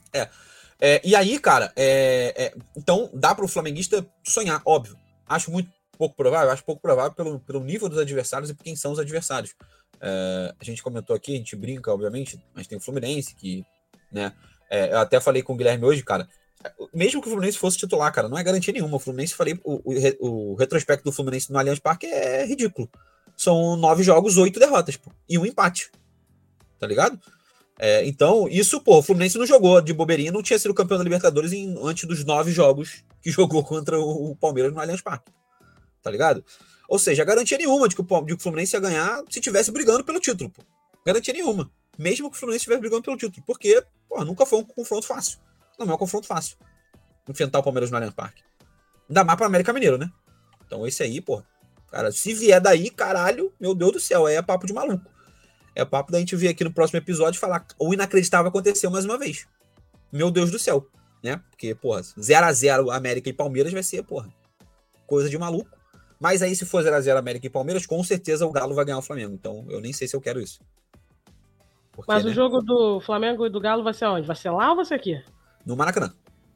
É, e aí, cara, é, é, então dá pro flamenguista sonhar, óbvio. Acho muito pouco provável, acho pouco provável pelo, pelo nível dos adversários e por quem são os adversários. É, a gente comentou aqui, a gente brinca, obviamente, mas tem o Fluminense que, né, é, eu até falei com o Guilherme hoje, cara, mesmo que o Fluminense fosse titular, cara, não é garantia nenhuma. O Fluminense, falei, o, o, o retrospecto do Fluminense no Allianz Parque é ridículo. São nove jogos, oito derrotas, pô, e um empate. Tá ligado? É, então, isso, pô, o Fluminense não jogou de bobeirinha, não tinha sido campeão da Libertadores em, antes dos nove jogos que jogou contra o, o Palmeiras no Allianz Parque. Tá ligado? Ou seja, garantia nenhuma de que, o, de que o Fluminense ia ganhar se estivesse brigando pelo título, pô. Garantia nenhuma. Mesmo que o Fluminense estivesse brigando pelo título. Porque, pô, nunca foi um confronto fácil. Não é um confronto fácil. Enfrentar o Palmeiras no Allianz Parque. Ainda mais para América Mineiro, né? Então esse aí, pô. Cara, se vier daí, caralho, meu Deus do céu, aí é papo de maluco. É papo da gente vir aqui no próximo episódio e falar o inacreditável aconteceu mais uma vez. Meu Deus do céu, né? Porque, porra, zero a zero América e Palmeiras vai ser, porra, coisa de maluco. Mas aí, se for zero a zero América e Palmeiras, com certeza o Galo vai ganhar o Flamengo. Então, eu nem sei se eu quero isso. Porque, Mas né? o jogo do Flamengo e do Galo vai ser onde? Vai ser lá ou vai ser aqui? No Maracanã.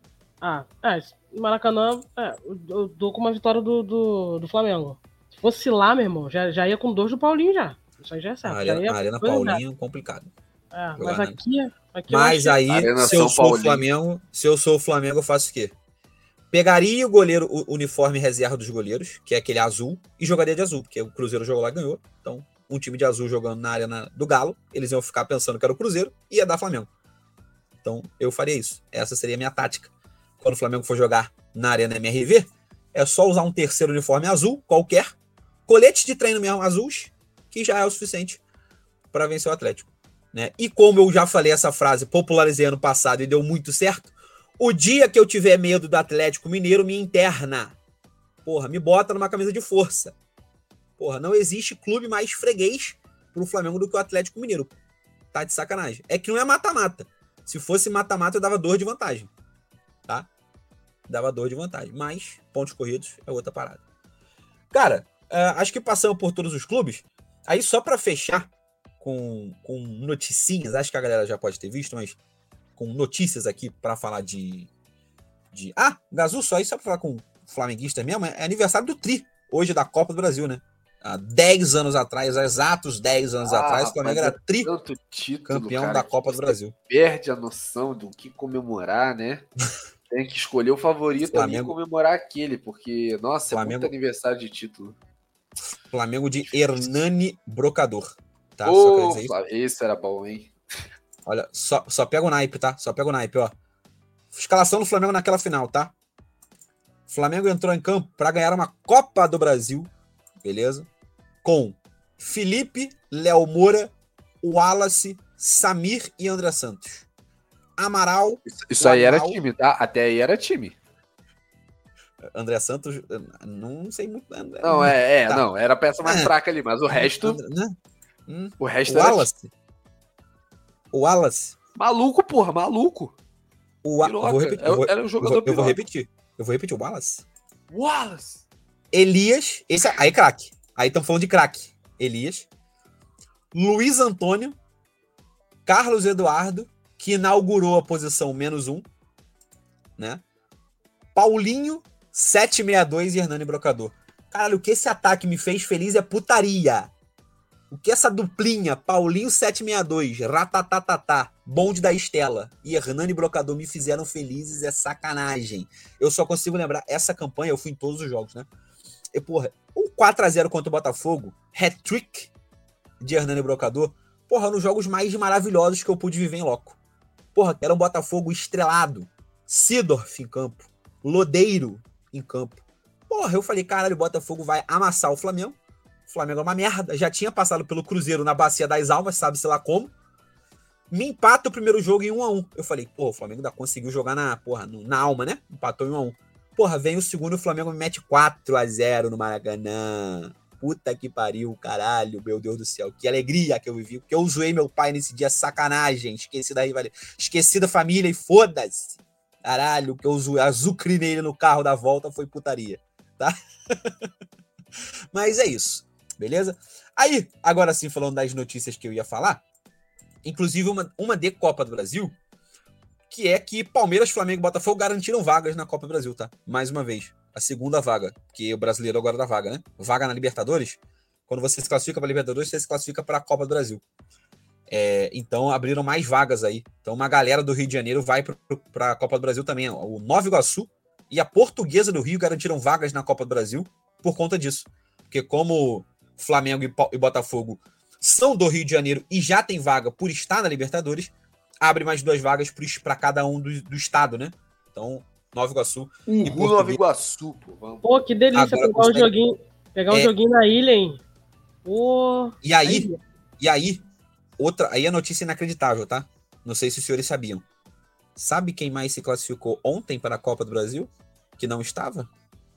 Ah, é, no Maracanã, é, eu, eu dou com uma vitória do, do, do Flamengo. Se fosse lá, meu irmão, já, já ia com dois do Paulinho já. Isso aí já é certo. A já Arena, ia a Arena coisa Paulinho, complicado. É, Jogar mas na- aqui, aqui eu Mas acho aí, Arena se eu São sou o Paulinho. Flamengo, se eu sou o Flamengo, eu faço o quê? Pegaria o goleiro, o uniforme reserva dos goleiros, que é aquele azul, e jogaria de azul, porque o Cruzeiro jogou lá e ganhou. Então, um time de azul jogando na arena do Galo, eles iam ficar pensando que era o Cruzeiro e ia dar Flamengo. Então, eu faria isso. Essa seria a minha tática. Quando o Flamengo for jogar na Arena M R V, é só usar um terceiro uniforme azul, qualquer, colete de treino mesmo azuis, que já é o suficiente para vencer o Atlético. Né? E como eu já falei essa frase, popularizei ano passado e deu muito certo, o dia que eu tiver medo do Atlético Mineiro, me interna. Porra, me bota numa camisa de força. Porra, não existe clube mais freguês pro Flamengo do que o Atlético Mineiro. Tá de sacanagem. É que não é mata-mata. Se fosse mata-mata, eu dava dois de vantagem. Tá? Dava dois de vantagem. Mas, pontos corridos é outra parada. Cara, uh, acho que passamos por todos os clubes. Aí, só pra fechar com, com noticinhas, acho que a galera já pode ter visto, mas com notícias aqui pra falar de... de... Ah, Gazu, só isso só pra falar com flamenguista mesmo, é aniversário do Tri, hoje da Copa do Brasil, né? Há dez anos atrás, há exatos dez anos Ah, atrás, o Flamengo era tri Tanto título, campeão cara, da que Copa do você Brasil. Perde a noção do que comemorar, né? Tem que escolher o favorito ali e Flamengo- comemorar aquele, porque, nossa, Flamengo- é muito aniversário de título. Flamengo de Hernani Brocador. Tá? Só Ô, quero dizer isso. Flávio, esse era bom, hein? Olha, só, só pega o naipe, tá? Só pega o naipe, ó. Escalação do Flamengo naquela final, tá? O Flamengo entrou em campo para ganhar uma Copa do Brasil, beleza? Com Felipe, Léo Moura, Wallace, Samir e André Santos. Amaral, Isso, isso aí era Amaral- time, tá? Até aí era time. André Santos, não sei muito. Não, é, é Tá. não, era a peça mais É. fraca ali, mas o resto, André, né? Hum. o resto O era Wallace. O Wallace. time. Maluco, porra, maluco. O Wa- Piroca, eu vou repetir. era- Eu vou, era um eu jogador vou- eu vou piroca. repetir. Eu vou repetir. O Wallace. Wallace. Elias. Esse aí, craque. Aí estamos falando de craque. Elias. Luiz Antônio. Carlos Eduardo, que inaugurou a posição menos um. Né? Paulinho, setecentos e sessenta e dois e Hernani Brocador. Caralho, o que esse ataque me fez feliz é putaria. O que essa duplinha, Paulinho sete sessenta e dois, Ratatatatá, Bonde da Estela e Hernani Brocador me fizeram felizes é sacanagem. Eu só consigo lembrar, essa campanha eu fui em todos os jogos, né? E, porra, um quatro a zero contra o Botafogo, hat-trick de Hernani Brocador, porra, nos jogos mais maravilhosos que eu pude viver em loco. Porra, era um Botafogo estrelado, Sidorf em campo, Lodeiro em campo. Porra, eu falei, caralho, o Botafogo vai amassar o Flamengo. O Flamengo é uma merda. Já tinha passado pelo Cruzeiro na Bacia das Almas, sabe-se lá como. Me empata o primeiro jogo em um a um. Eu falei, porra, o Flamengo ainda conseguiu jogar na, porra, no, na alma, né? Empatou em um a um. Porra, vem o segundo e o Flamengo me mete quatro a zero no Maracanã. Puta que pariu, caralho, meu Deus do céu. Que alegria que eu vivi. Porque eu zoei meu pai nesse dia, sacanagem. Esqueci da rivalidade. Esqueci da família e foda-se. Caralho, que eu zoei, azucrinei ele no carro da volta foi putaria, tá? Mas é isso. Beleza? Aí, agora sim, falando das notícias que eu ia falar, inclusive uma, uma de Copa do Brasil, que é que Palmeiras, Flamengo e Botafogo garantiram vagas na Copa do Brasil, tá? Mais uma vez. A segunda vaga, porque o brasileiro agora dá vaga, né? Vaga na Libertadores. Quando você se classifica para a Libertadores, você se classifica para a Copa do Brasil. É, então, abriram mais vagas aí. Então, uma galera do Rio de Janeiro vai para a Copa do Brasil também. O Nova Iguaçu e a Portuguesa do Rio garantiram vagas na Copa do Brasil por conta disso. Porque como Flamengo e Botafogo são do Rio de Janeiro e já tem vaga por estar na Libertadores, abre mais duas vagas para cada um do, do estado, né? Então, Nova Iguaçu uhum, e Nova Iguaçu, pô. Vamos. Pô, que delícia agora, pegar um joguinho, pegar um é... joguinho na ilha, hein? Pô, e aí, e aí, outra, aí a notícia inacreditável, tá? Não sei se os senhores sabiam. Sabe quem mais se classificou ontem para a Copa do Brasil? Que não estava?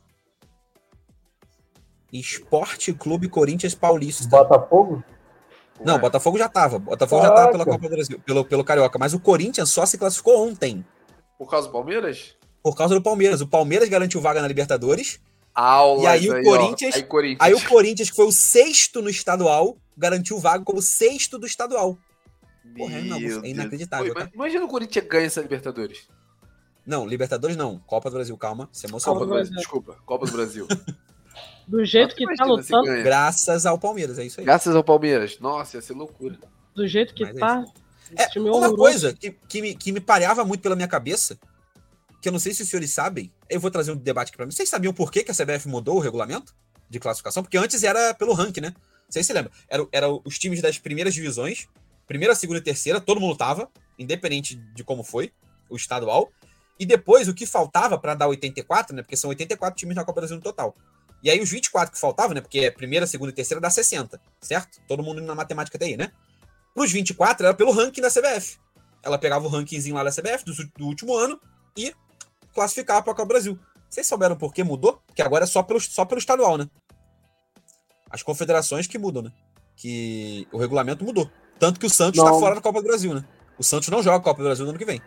Esporte Clube Corinthians Paulista. Botafogo? Não, Botafogo já tava. Botafogo Caraca. já tava pela Copa do Brasil, pelo, pelo Carioca. Mas o Corinthians só se classificou ontem. Por causa do Palmeiras? Por causa do Palmeiras. O Palmeiras garantiu vaga na Libertadores. Aulas e aí o aí, Corinthians, aí, Corinthians. Aí o Corinthians, que foi o sexto no estadual, garantiu vaga como sexto do estadual. Porra, é inacreditável. Pô, imagina o Corinthians ganha essa Libertadores. Não, Libertadores não. Copa do Brasil, calma. Se emocionou. Copa do Brasil, desculpa. Copa do Brasil. Do jeito que tá lutando. Graças ao Palmeiras, é isso aí. Graças ao Palmeiras. Nossa, ia ser loucura. Do jeito que Mas tá. É, é uma coisa que, que, me, que me pareava muito pela minha cabeça, que eu não sei se os senhores sabem, eu vou trazer um debate aqui pra mim. Vocês sabiam por que, que a C B F mudou o regulamento de classificação? Porque antes era pelo ranking, né? Vocês se lembram? Era, era os times das primeiras divisões, primeira, segunda e terceira, todo mundo tava, independente de como foi, o estadual. E depois, o que faltava pra dar oitenta e quatro, né? Porque são oitenta e quatro times na Copa do Brasil no total. E aí os vinte e quatro que faltavam, né? Porque é primeira, segunda e terceira dá sessenta, certo? Todo mundo na matemática tá aí, né? Pros vinte e quatro era pelo ranking da C B F. Ela pegava o rankingzinho lá da C B F do, do último ano e classificava para a Copa do Brasil. Vocês souberam por que mudou? Que agora é só pelo, só pelo estadual, né? As confederações que mudam, né? Que o regulamento mudou. Tanto que o Santos está fora da Copa do Brasil, né? O Santos não joga a Copa do Brasil no ano que vem.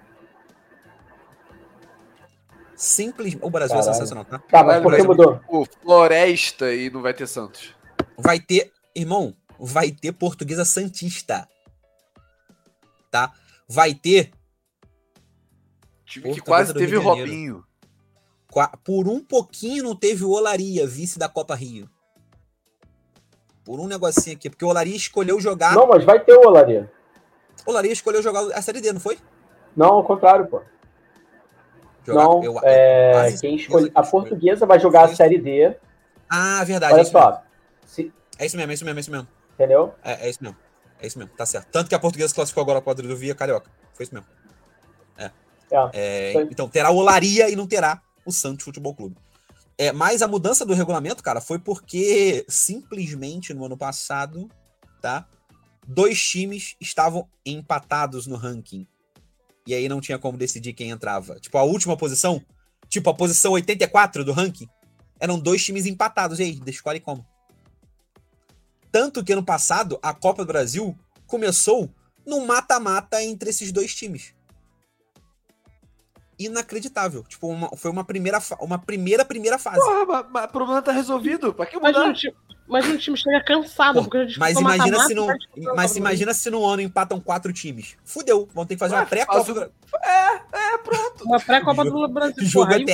Simples. O Brasil Caralho. é sensacional, tá? Tá, mas por que mudou? O Floresta e não vai ter Santos. Vai ter, irmão, vai ter Portuguesa Santista. Tá? Vai ter. Time que quase teve o Robinho. Por um pouquinho não teve o Olaria, vice da Copa Rio. Por um negocinho aqui. Porque o Olaria escolheu jogar. Não, mas vai ter o Olaria. O Olaria escolheu jogar a Série D, não foi? Não, ao contrário, pô. Jogar, não, eu, é, eu quem escolhe, a Portuguesa vai jogar a Série D. Ah, verdade. Olha é só. Se... É isso mesmo, é isso mesmo, é isso mesmo. Entendeu? É, é isso mesmo. É isso mesmo, tá certo. Tanto que a Portuguesa classificou agora para o quadro do Via Carioca. Foi isso mesmo. É. é, é então, terá o Olaria e não terá o Santos Futebol Clube. É, mas a mudança do regulamento, cara, foi porque simplesmente no ano passado, tá? Dois times estavam empatados no ranking. E aí não tinha como decidir quem entrava. Tipo, a última posição, tipo a posição oitenta e quatro do ranking, eram dois times empatados. E aí, escolhe como. Tanto que ano passado, a Copa do Brasil começou no mata-mata entre esses dois times. Inacreditável. Tipo, uma, foi uma primeira, uma primeira, primeira fase. Porra, mas, mas o problema tá resolvido. Pra que mudar? Mas o time chega cansado. Pô, porque a gente mas imagina se não, mas imagina se no ano empatam quatro times. Fudeu. Vão ter que fazer Ué, uma pré-Copa. O... É, é, pronto. Uma pré-Copa do Brasil. Jogo porra, eterno.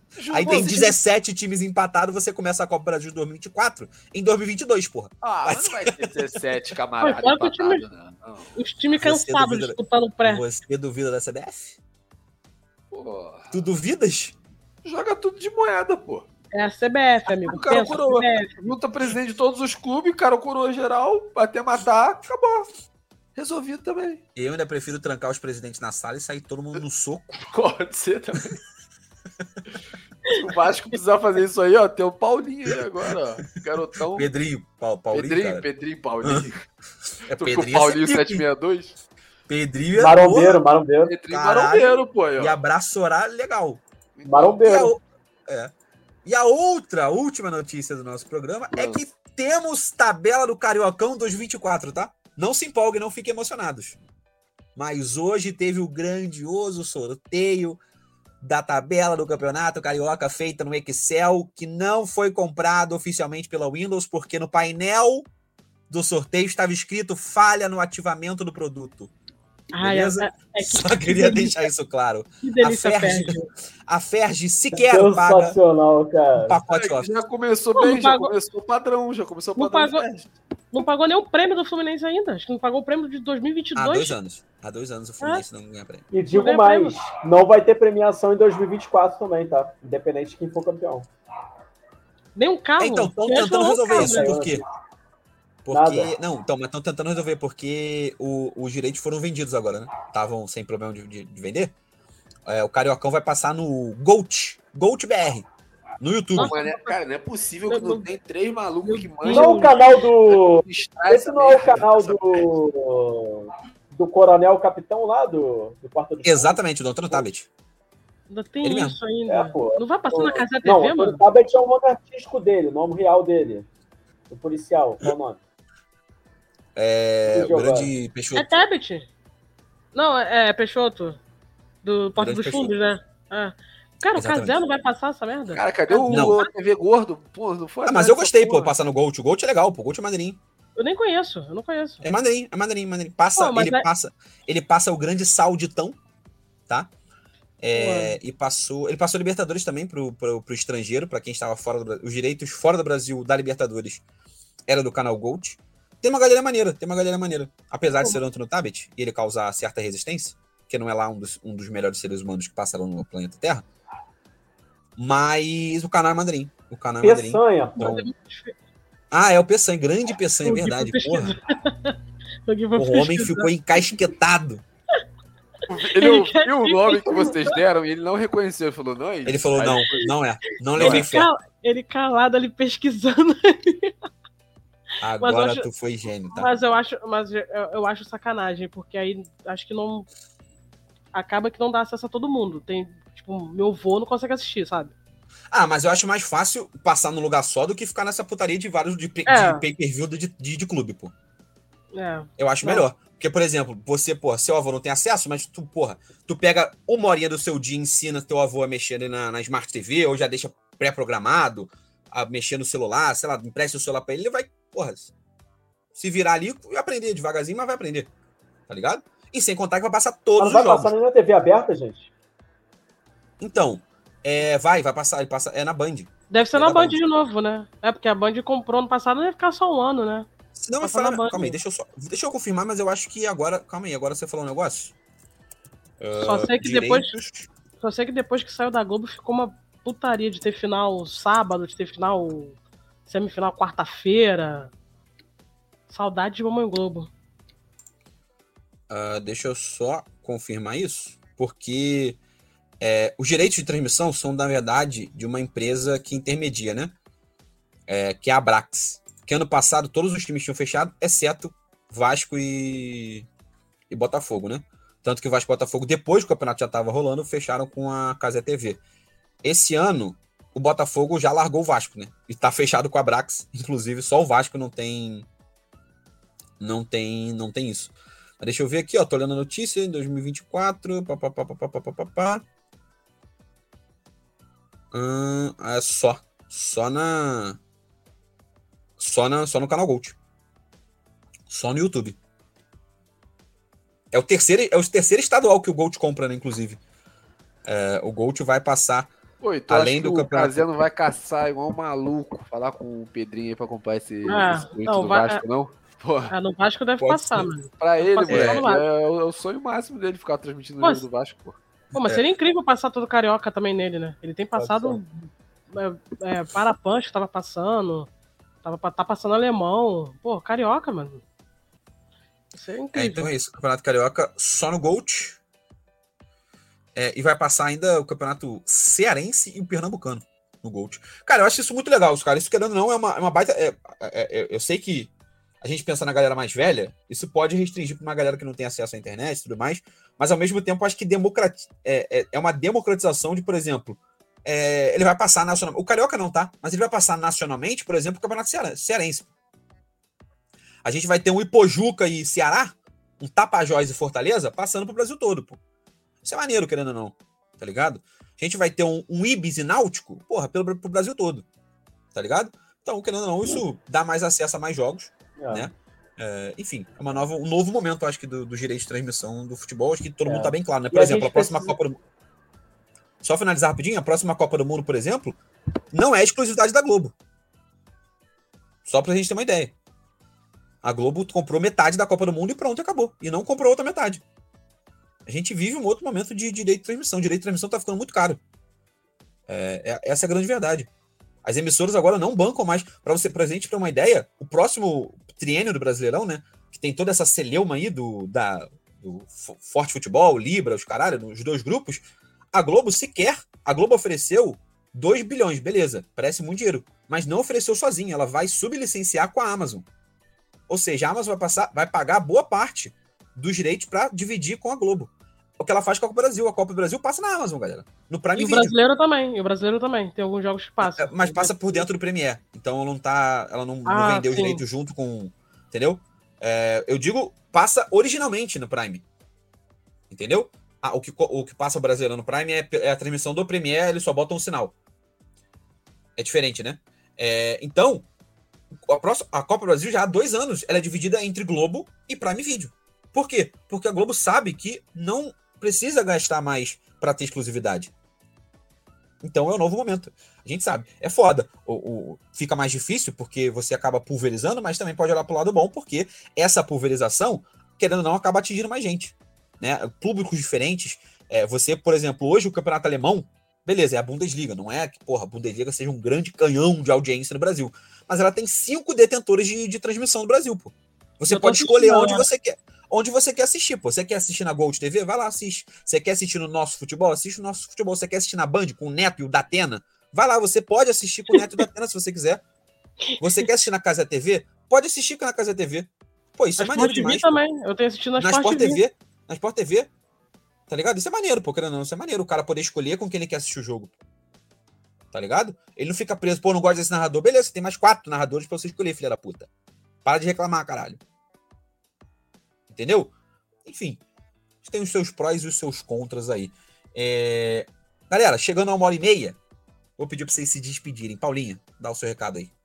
Aí tem dezessete times empatados, você começa a Copa Brasil de dois mil e vinte e quatro em dois mil e vinte e dois, porra. Ah, mas não vai ter dezessete camaradas Foi quanto empatados, time- não. Os times Você cansados duvida- disputando o pré. Você duvida da C B F? Pô, Tu duvidas? joga tudo de moeda, pô. É a C B F, amigo. O cara Pensa, coroa. C B F. Junta presidente de todos os clubes, cara, o coroa geral, até matar, acabou. Resolvido também. Eu ainda prefiro trancar os presidentes na sala e sair todo mundo no soco. Pode ser também. Se o Vasco precisar fazer isso aí, ó, tem o Paulinho aí agora, ó. Garotão. Pedrinho, Pau, Paulinho, Pedrinho, cara. Pedrinho, Paulinho. É Tu com o Pedrinho, Paulinho é sempre- sete sessenta e dois? Pedrinho é Marombeiro, porra, marombeiro. Pedrinho Caralho. marombeiro, pô. Aí, ó. e abraço orar legal. E a, Marombeiro. o- é. E a outra, a última notícia do nosso programa é que temos tabela do Cariocão dois mil e vinte e quatro, tá? Não se empolguem, não fiquem emocionados. Mas hoje teve o grandioso sorteio da tabela do Campeonato Carioca feita no Excel, que não foi comprado oficialmente pela Windows, porque no painel do sorteio estava escrito falha no ativamento do produto. Ai, Beleza? é, é que, Só queria deixar isso claro. que delícia, a Ferg, Ferg. a Ferg sequer paga Sensacional, o cara. pacote É, Office. já começou Pô, bem, não já pagou- começou padrão, já começou Não padrão. pagou- Não pagou nem o prêmio do Fluminense ainda. Acho que não pagou o prêmio de dois mil e vinte e dois. Há dois anos. Há dois anos o Fluminense não ganha prêmio. E digo ganha mais, não vai ter premiação em dois mil e vinte e quatro também, tá? Independente de quem for campeão. Nem um carro. É, então, estão Que acho tentando que não é um resolver carro, isso. né? Por quê? Nada. Porque. Não, então, mas estão tentando resolver porque o- os direitos foram vendidos agora, né? Estavam sem problema de, de- de vender. É, o Cariocão vai passar no Gold, Gold B R, no YouTube. Não, mas, né, cara, não é possível que não tem três malucos que Não manjam. é o canal do. Estrada Esse não é o também, canal essa merda. do. Do Coronel Capitão lá do, do Quarto do Exatamente, o Doutor Tablet. Ainda tem Ele isso ainda. É, pô. Não vai passar na Casa T Não, V, o mano? Tablet é o nome artístico dele, o nome real dele. O policial, qual é o nome? É, o Giovanni. grande É Peixoto. Tablet. Não, é, é Peixoto. Do Porta Grande dos Fundos, né? É. Cara, o Exatamente. Casé não vai passar essa merda? Cara, cadê o, Não. o T V gordo? Pô, não foi Ah, atrás mas eu dessa gostei, pô, porra. passar no Gold. O Gold é legal, pô. O Gold é maneirinho. Eu nem conheço, eu não conheço. É maneirinho, é maneirinho, maneirinho. Passa, Pô, mas ele, é- passa, ele passa o grande sauditão, tá? É, e passou. Ele passou Libertadores também pro, pro, pro estrangeiro, pra quem estava fora do Brasil. Os direitos fora do Brasil da Libertadores era do canal Gold. Tem uma galera maneira, tem uma galera maneira. Apesar de ser Antônio Tabet e ele causar certa resistência, que não é lá um dos, um dos melhores seres humanos que passaram no planeta Terra. Mas o canal é mandarim. O canal é mandarim. Peçanha, pô. Então, ah, é o Peçanha, grande Peçanha, é Alguém verdade. foi Porra, Alguém vai o homem pesquisar. ficou encasquetado. Ele ouviu o nome que vocês deram e ele não reconheceu. Ele falou, não é isso. Ele falou: Aí não, depois- não é. Não levei Ele, fé. cal- ele calado ali pesquisando. Agora acho- tu foi gênio, tá? Mas eu acho, mas eu, eu acho sacanagem, porque aí acho que não. Acaba que não dá acesso a todo mundo. Tem, tipo, meu vô não consegue assistir, sabe? Ah, mas eu acho mais fácil passar num lugar só do que ficar nessa putaria de vários de, pe- É. de pay-per-view de, de, de clube, pô. É. Eu acho Não. melhor. Porque, por exemplo, você, porra, seu avô não tem acesso, mas tu, porra, tu pega uma horinha do seu dia e ensina teu avô a mexer ali na, na Smart T V, ou já deixa pré-programado, a mexer no celular, sei lá, empresta o celular pra ele, ele vai, porra, se virar ali e aprender devagarzinho, mas vai aprender. Tá ligado? E sem contar que vai passar Mas todos não os vai jogos. passar nem na T V aberta, gente? Então, é, vai, vai passar, ele passa, é na Band. Deve ser É na da Band Band. de novo, né? É porque a Band comprou ano passado, deve ficar só um ano, né? Se não me Passar na fala, Band. calma aí, deixa eu só, deixa eu confirmar, mas eu acho que agora, calma aí, agora você falou um negócio. Só Ah, sei que depois- direitos- Só sei que depois que saiu da Globo ficou uma putaria de ter final sábado, de ter final semifinal quarta-feira. Saudade de Mamãe Globo. ah, deixa eu só confirmar isso, porque é, os direitos de transmissão são, na verdade, de uma empresa que intermedia, né? É, que é a Abrax. Que ano passado todos os times tinham fechado, exceto Vasco e, e Botafogo, né? Tanto que o Vasco e Botafogo, depois que o campeonato já estava rolando, fecharam com a Cazé T V. Esse ano, o Botafogo já largou o Vasco, né? E tá fechado com a Abrax. Inclusive, só o Vasco não tem. Não tem, não tem isso. Mas deixa eu ver aqui, ó. Tô olhando a notícia em dois mil e vinte e quatro. Pá, pá, pá, pá, pá, pá, pá, pá. Hum, é só. Só na. Só, na, só no canal Gold. Só no YouTube. É o terceiro, é o terceiro estadual que o Gold compra, né, inclusive. É, o Gold vai passar Pô, então Além acho do que o campeonato. Cazé não vai caçar igual um maluco, falar com o Pedrinho aí pra comprar esse, Ah, esse tweet não, do vai- Vasco, não? Porra, Ah, no Vasco deve Pode passar, ser. mano. pra Deve ele, passar só no moleque, Vasco. é, o- é o sonho máximo dele ficar transmitindo o Pô, jogo do Vasco, pô. Pô, mas seria incrível passar todo Carioca também nele, né? Ele tem passado é, é, para Punch, tava passando, tava, tá passando alemão. Pô, Carioca, mano. Isso é É, incrível. então é isso. Campeonato Carioca só no Gold. É, e vai passar ainda o Campeonato Cearense e o Pernambucano no Gold. Cara, eu acho isso muito legal, cara. Isso, querendo ou não, é uma, é uma baita. É, é, é, eu sei que a gente pensa na galera mais velha, isso pode restringir para uma galera que não tem acesso à internet e tudo mais, mas ao mesmo tempo acho que democrati é, é, é uma democratização de, por exemplo, é, ele vai passar nacionalmente. O Carioca não, tá? Mas ele vai passar nacionalmente, por exemplo, o Campeonato Cearense. A gente vai ter um Ipojuca e Ceará, um Tapajós e Fortaleza, passando pro Brasil todo, pô. Isso é maneiro, querendo ou não, tá ligado? A gente vai ter um, um Ibis e Náutico, porra, pelo, pro Brasil todo, tá ligado? Então, querendo ou não, isso dá mais acesso a mais jogos, é. né? É, enfim, é uma nova, um novo momento, acho que, do, do direito de transmissão do futebol, acho que todo é. mundo tá bem claro, né? Por e exemplo, a, a próxima precisa... Copa do Mundo... Só finalizar rapidinho, a próxima Copa do Mundo, por exemplo, não é exclusividade da Globo. Só pra gente ter uma ideia. A Globo comprou metade da Copa do Mundo e pronto, acabou. E não comprou outra metade. A gente vive um outro momento de direito de transmissão. O direito de transmissão tá ficando muito caro. É, é, essa é a grande verdade. As emissoras agora não bancam mais. Para você, pra gente ter uma ideia, o próximo triênio do Brasileirão, né? Que tem toda essa celeuma aí do, da, do Forte Futebol, Libra, os caralho, os dois grupos. A Globo sequer, a Globo ofereceu dois bilhões, beleza, parece muito dinheiro. Mas não ofereceu sozinha, ela vai sublicenciar com a Amazon. Ou seja, a Amazon vai, passar, vai pagar boa parte dos direitos para dividir com a Globo. O que ela faz com a Copa do Brasil. A Copa do Brasil passa na Amazon, galera. No Prime e Video. O brasileiro também. E o brasileiro também. Tem alguns jogos que passam. É, mas passa por dentro do Premiere. Então ela não tá. Ela não, ah, não vendeu o direito junto com. Entendeu? É, eu digo, passa originalmente no Prime. Entendeu? Ah, o, que, o que passa o brasileiro no Prime é, é a transmissão do Premiere, eles só botam um sinal. É diferente, né? É, então, a, próxima, a Copa do Brasil já há dois anos ela é dividida entre Globo e Prime Video. Por quê? Porque a Globo sabe que não precisa gastar mais para ter exclusividade. Então é o novo momento. A gente sabe. É foda. O, o, fica mais difícil porque você acaba pulverizando, mas também pode olhar pro lado bom, porque essa pulverização, querendo ou não, acaba atingindo mais gente. Né? Públicos diferentes. É, você, por exemplo, hoje o campeonato alemão, beleza, é a Bundesliga. Não é que, porra, a Bundesliga seja um grande canhão de audiência no Brasil. Mas ela tem cinco detentores de, de transmissão no Brasil, pô. Você pode escolher onde você quer. Onde você quer assistir, pô. Você quer assistir na Gold T V? Vai lá, assiste. Você quer assistir no Nosso Futebol? Assiste o Nosso Futebol. Você quer assistir na Band com o Neto e o Datena? Vai lá, você pode assistir com o Neto e o Datena se você quiser. Você quer assistir na Casa T V? Pode assistir na Casa T V. Pô, isso na é maneiro Sport demais. T V também. Eu tenho assistido na, na Sport, Sport T V. T V. Na Sport T V. Tá ligado? Isso é maneiro, pô, querendo ou não. Isso é maneiro. O cara poder escolher com quem ele quer assistir o jogo. Tá ligado? Ele não fica preso, pô, não gosta desse narrador. Beleza, tem mais quatro narradores pra você escolher, filha da puta. Para de reclamar, caralho. Entendeu? Enfim, tem os seus prós e os seus contras aí. É... Galera, chegando a uma hora e meia, vou pedir pra vocês se despedirem. Paulinha, dá o seu recado aí.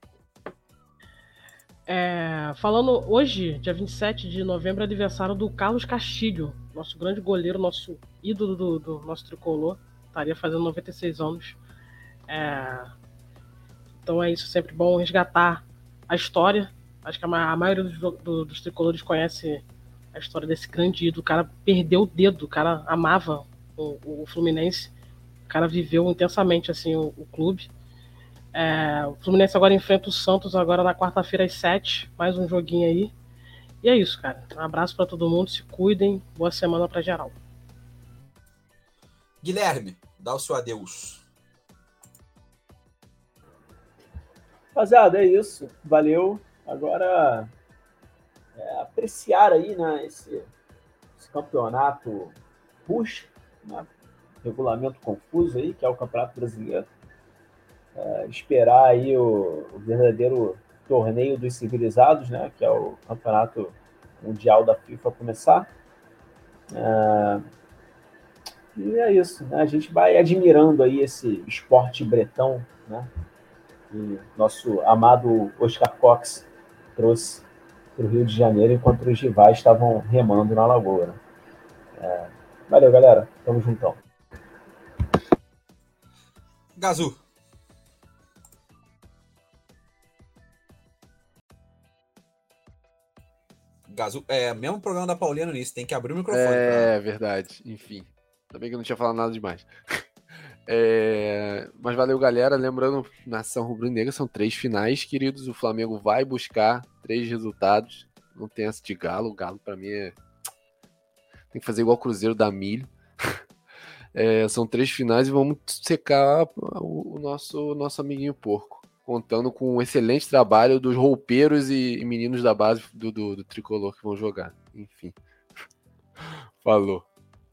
É, falando hoje, dia vinte e sete de novembro, é aniversário do Carlos Castilho, nosso grande goleiro, nosso ídolo do, do nosso tricolor. Estaria fazendo noventa e seis anos. É, então é isso, sempre bom resgatar a história. Acho que a, a maioria dos, do, dos tricolores conhece a história desse grande ídolo. O cara perdeu o dedo, o cara amava o, o Fluminense, o cara viveu intensamente assim, o, o clube. É, o Fluminense agora enfrenta o Santos agora na quarta-feira às sete, mais um joguinho aí. E é isso, cara. Um abraço pra todo mundo, se cuidem, boa semana pra geral. Guilherme, dá o seu adeus. Rapaziada, é isso. Valeu. Agora é, apreciar aí, né, esse, esse campeonato puxa, né, regulamento confuso aí, que é o Campeonato Brasileiro. É, esperar aí o, o verdadeiro torneio dos civilizados, né, que é o Campeonato Mundial da FIFA começar. É, e é isso, né, a gente vai admirando aí esse esporte bretão, né, que nosso amado Oscar Cox trouxe para o Rio de Janeiro enquanto os rivais estavam remando na Lagoa. Né? É, valeu, galera. Tamo juntão. Gazu. Gazu, é mesmo programa da Paulinha no início, tem que abrir o microfone. É, pra... verdade. Enfim, também que eu não tinha falado nada demais. É, mas valeu, galera. Lembrando, nação rubro-negra são três finais, queridos. O Flamengo vai buscar três resultados. Não tem essa de Galo. O Galo, pra mim, é... tem que fazer igual o Cruzeiro da milho. É, são três finais e vamos secar o, o nosso, nosso amiguinho porco. Contando com um excelente trabalho dos roupeiros e, e meninos da base do, do, do tricolor que vão jogar. Enfim. Falou.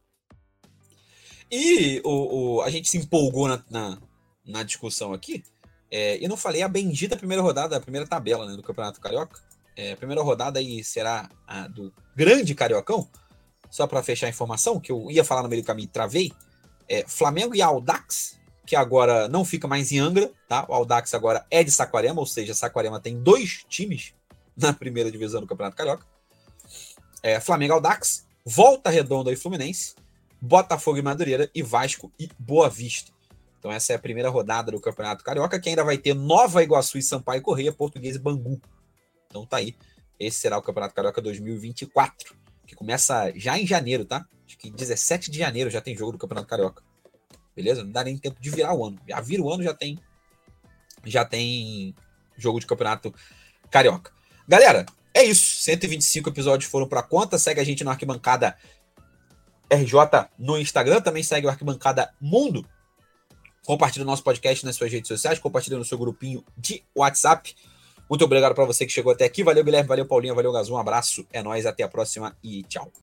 E o, o, a gente se empolgou na, na, na discussão aqui. É, e não falei a bendita primeira rodada, a primeira tabela, né, do Campeonato Carioca. É, a primeira rodada aí será a do grande Cariocão. Só para fechar a informação, que eu ia falar no meio do caminho e travei. É, Flamengo e Audax, que agora não fica mais em Angra, tá? O Audax agora é de Saquarema, ou seja, Saquarema tem dois times na primeira divisão do Campeonato Carioca. É, Flamengo e Audax, Volta Redonda e Fluminense, Botafogo e Madureira e Vasco e Boa Vista. Então essa é a primeira rodada do Campeonato Carioca, que ainda vai ter Nova Iguaçu e Sampaio Corrêa, Português e Bangu. Então tá aí. Esse será o Campeonato Carioca dois mil e vinte e quatro, que começa já em janeiro, tá? Acho que dezessete de janeiro já tem jogo do Campeonato Carioca. Beleza? Não dá nem tempo de virar o ano. Já vira o ano, já tem já tem jogo de Campeonato Carioca. Galera, é isso. cento e vinte e cinco episódios foram pra conta. Segue a gente no Arquibancada R J no Instagram. Também segue o Arquibancada Mundo. Compartilha o nosso podcast nas suas redes sociais. Compartilha no seu grupinho de WhatsApp. Muito obrigado para você que chegou até aqui. Valeu, Guilherme. Valeu, Paulinha. Valeu, Gazu. Um abraço. É nóis. Até a próxima e tchau.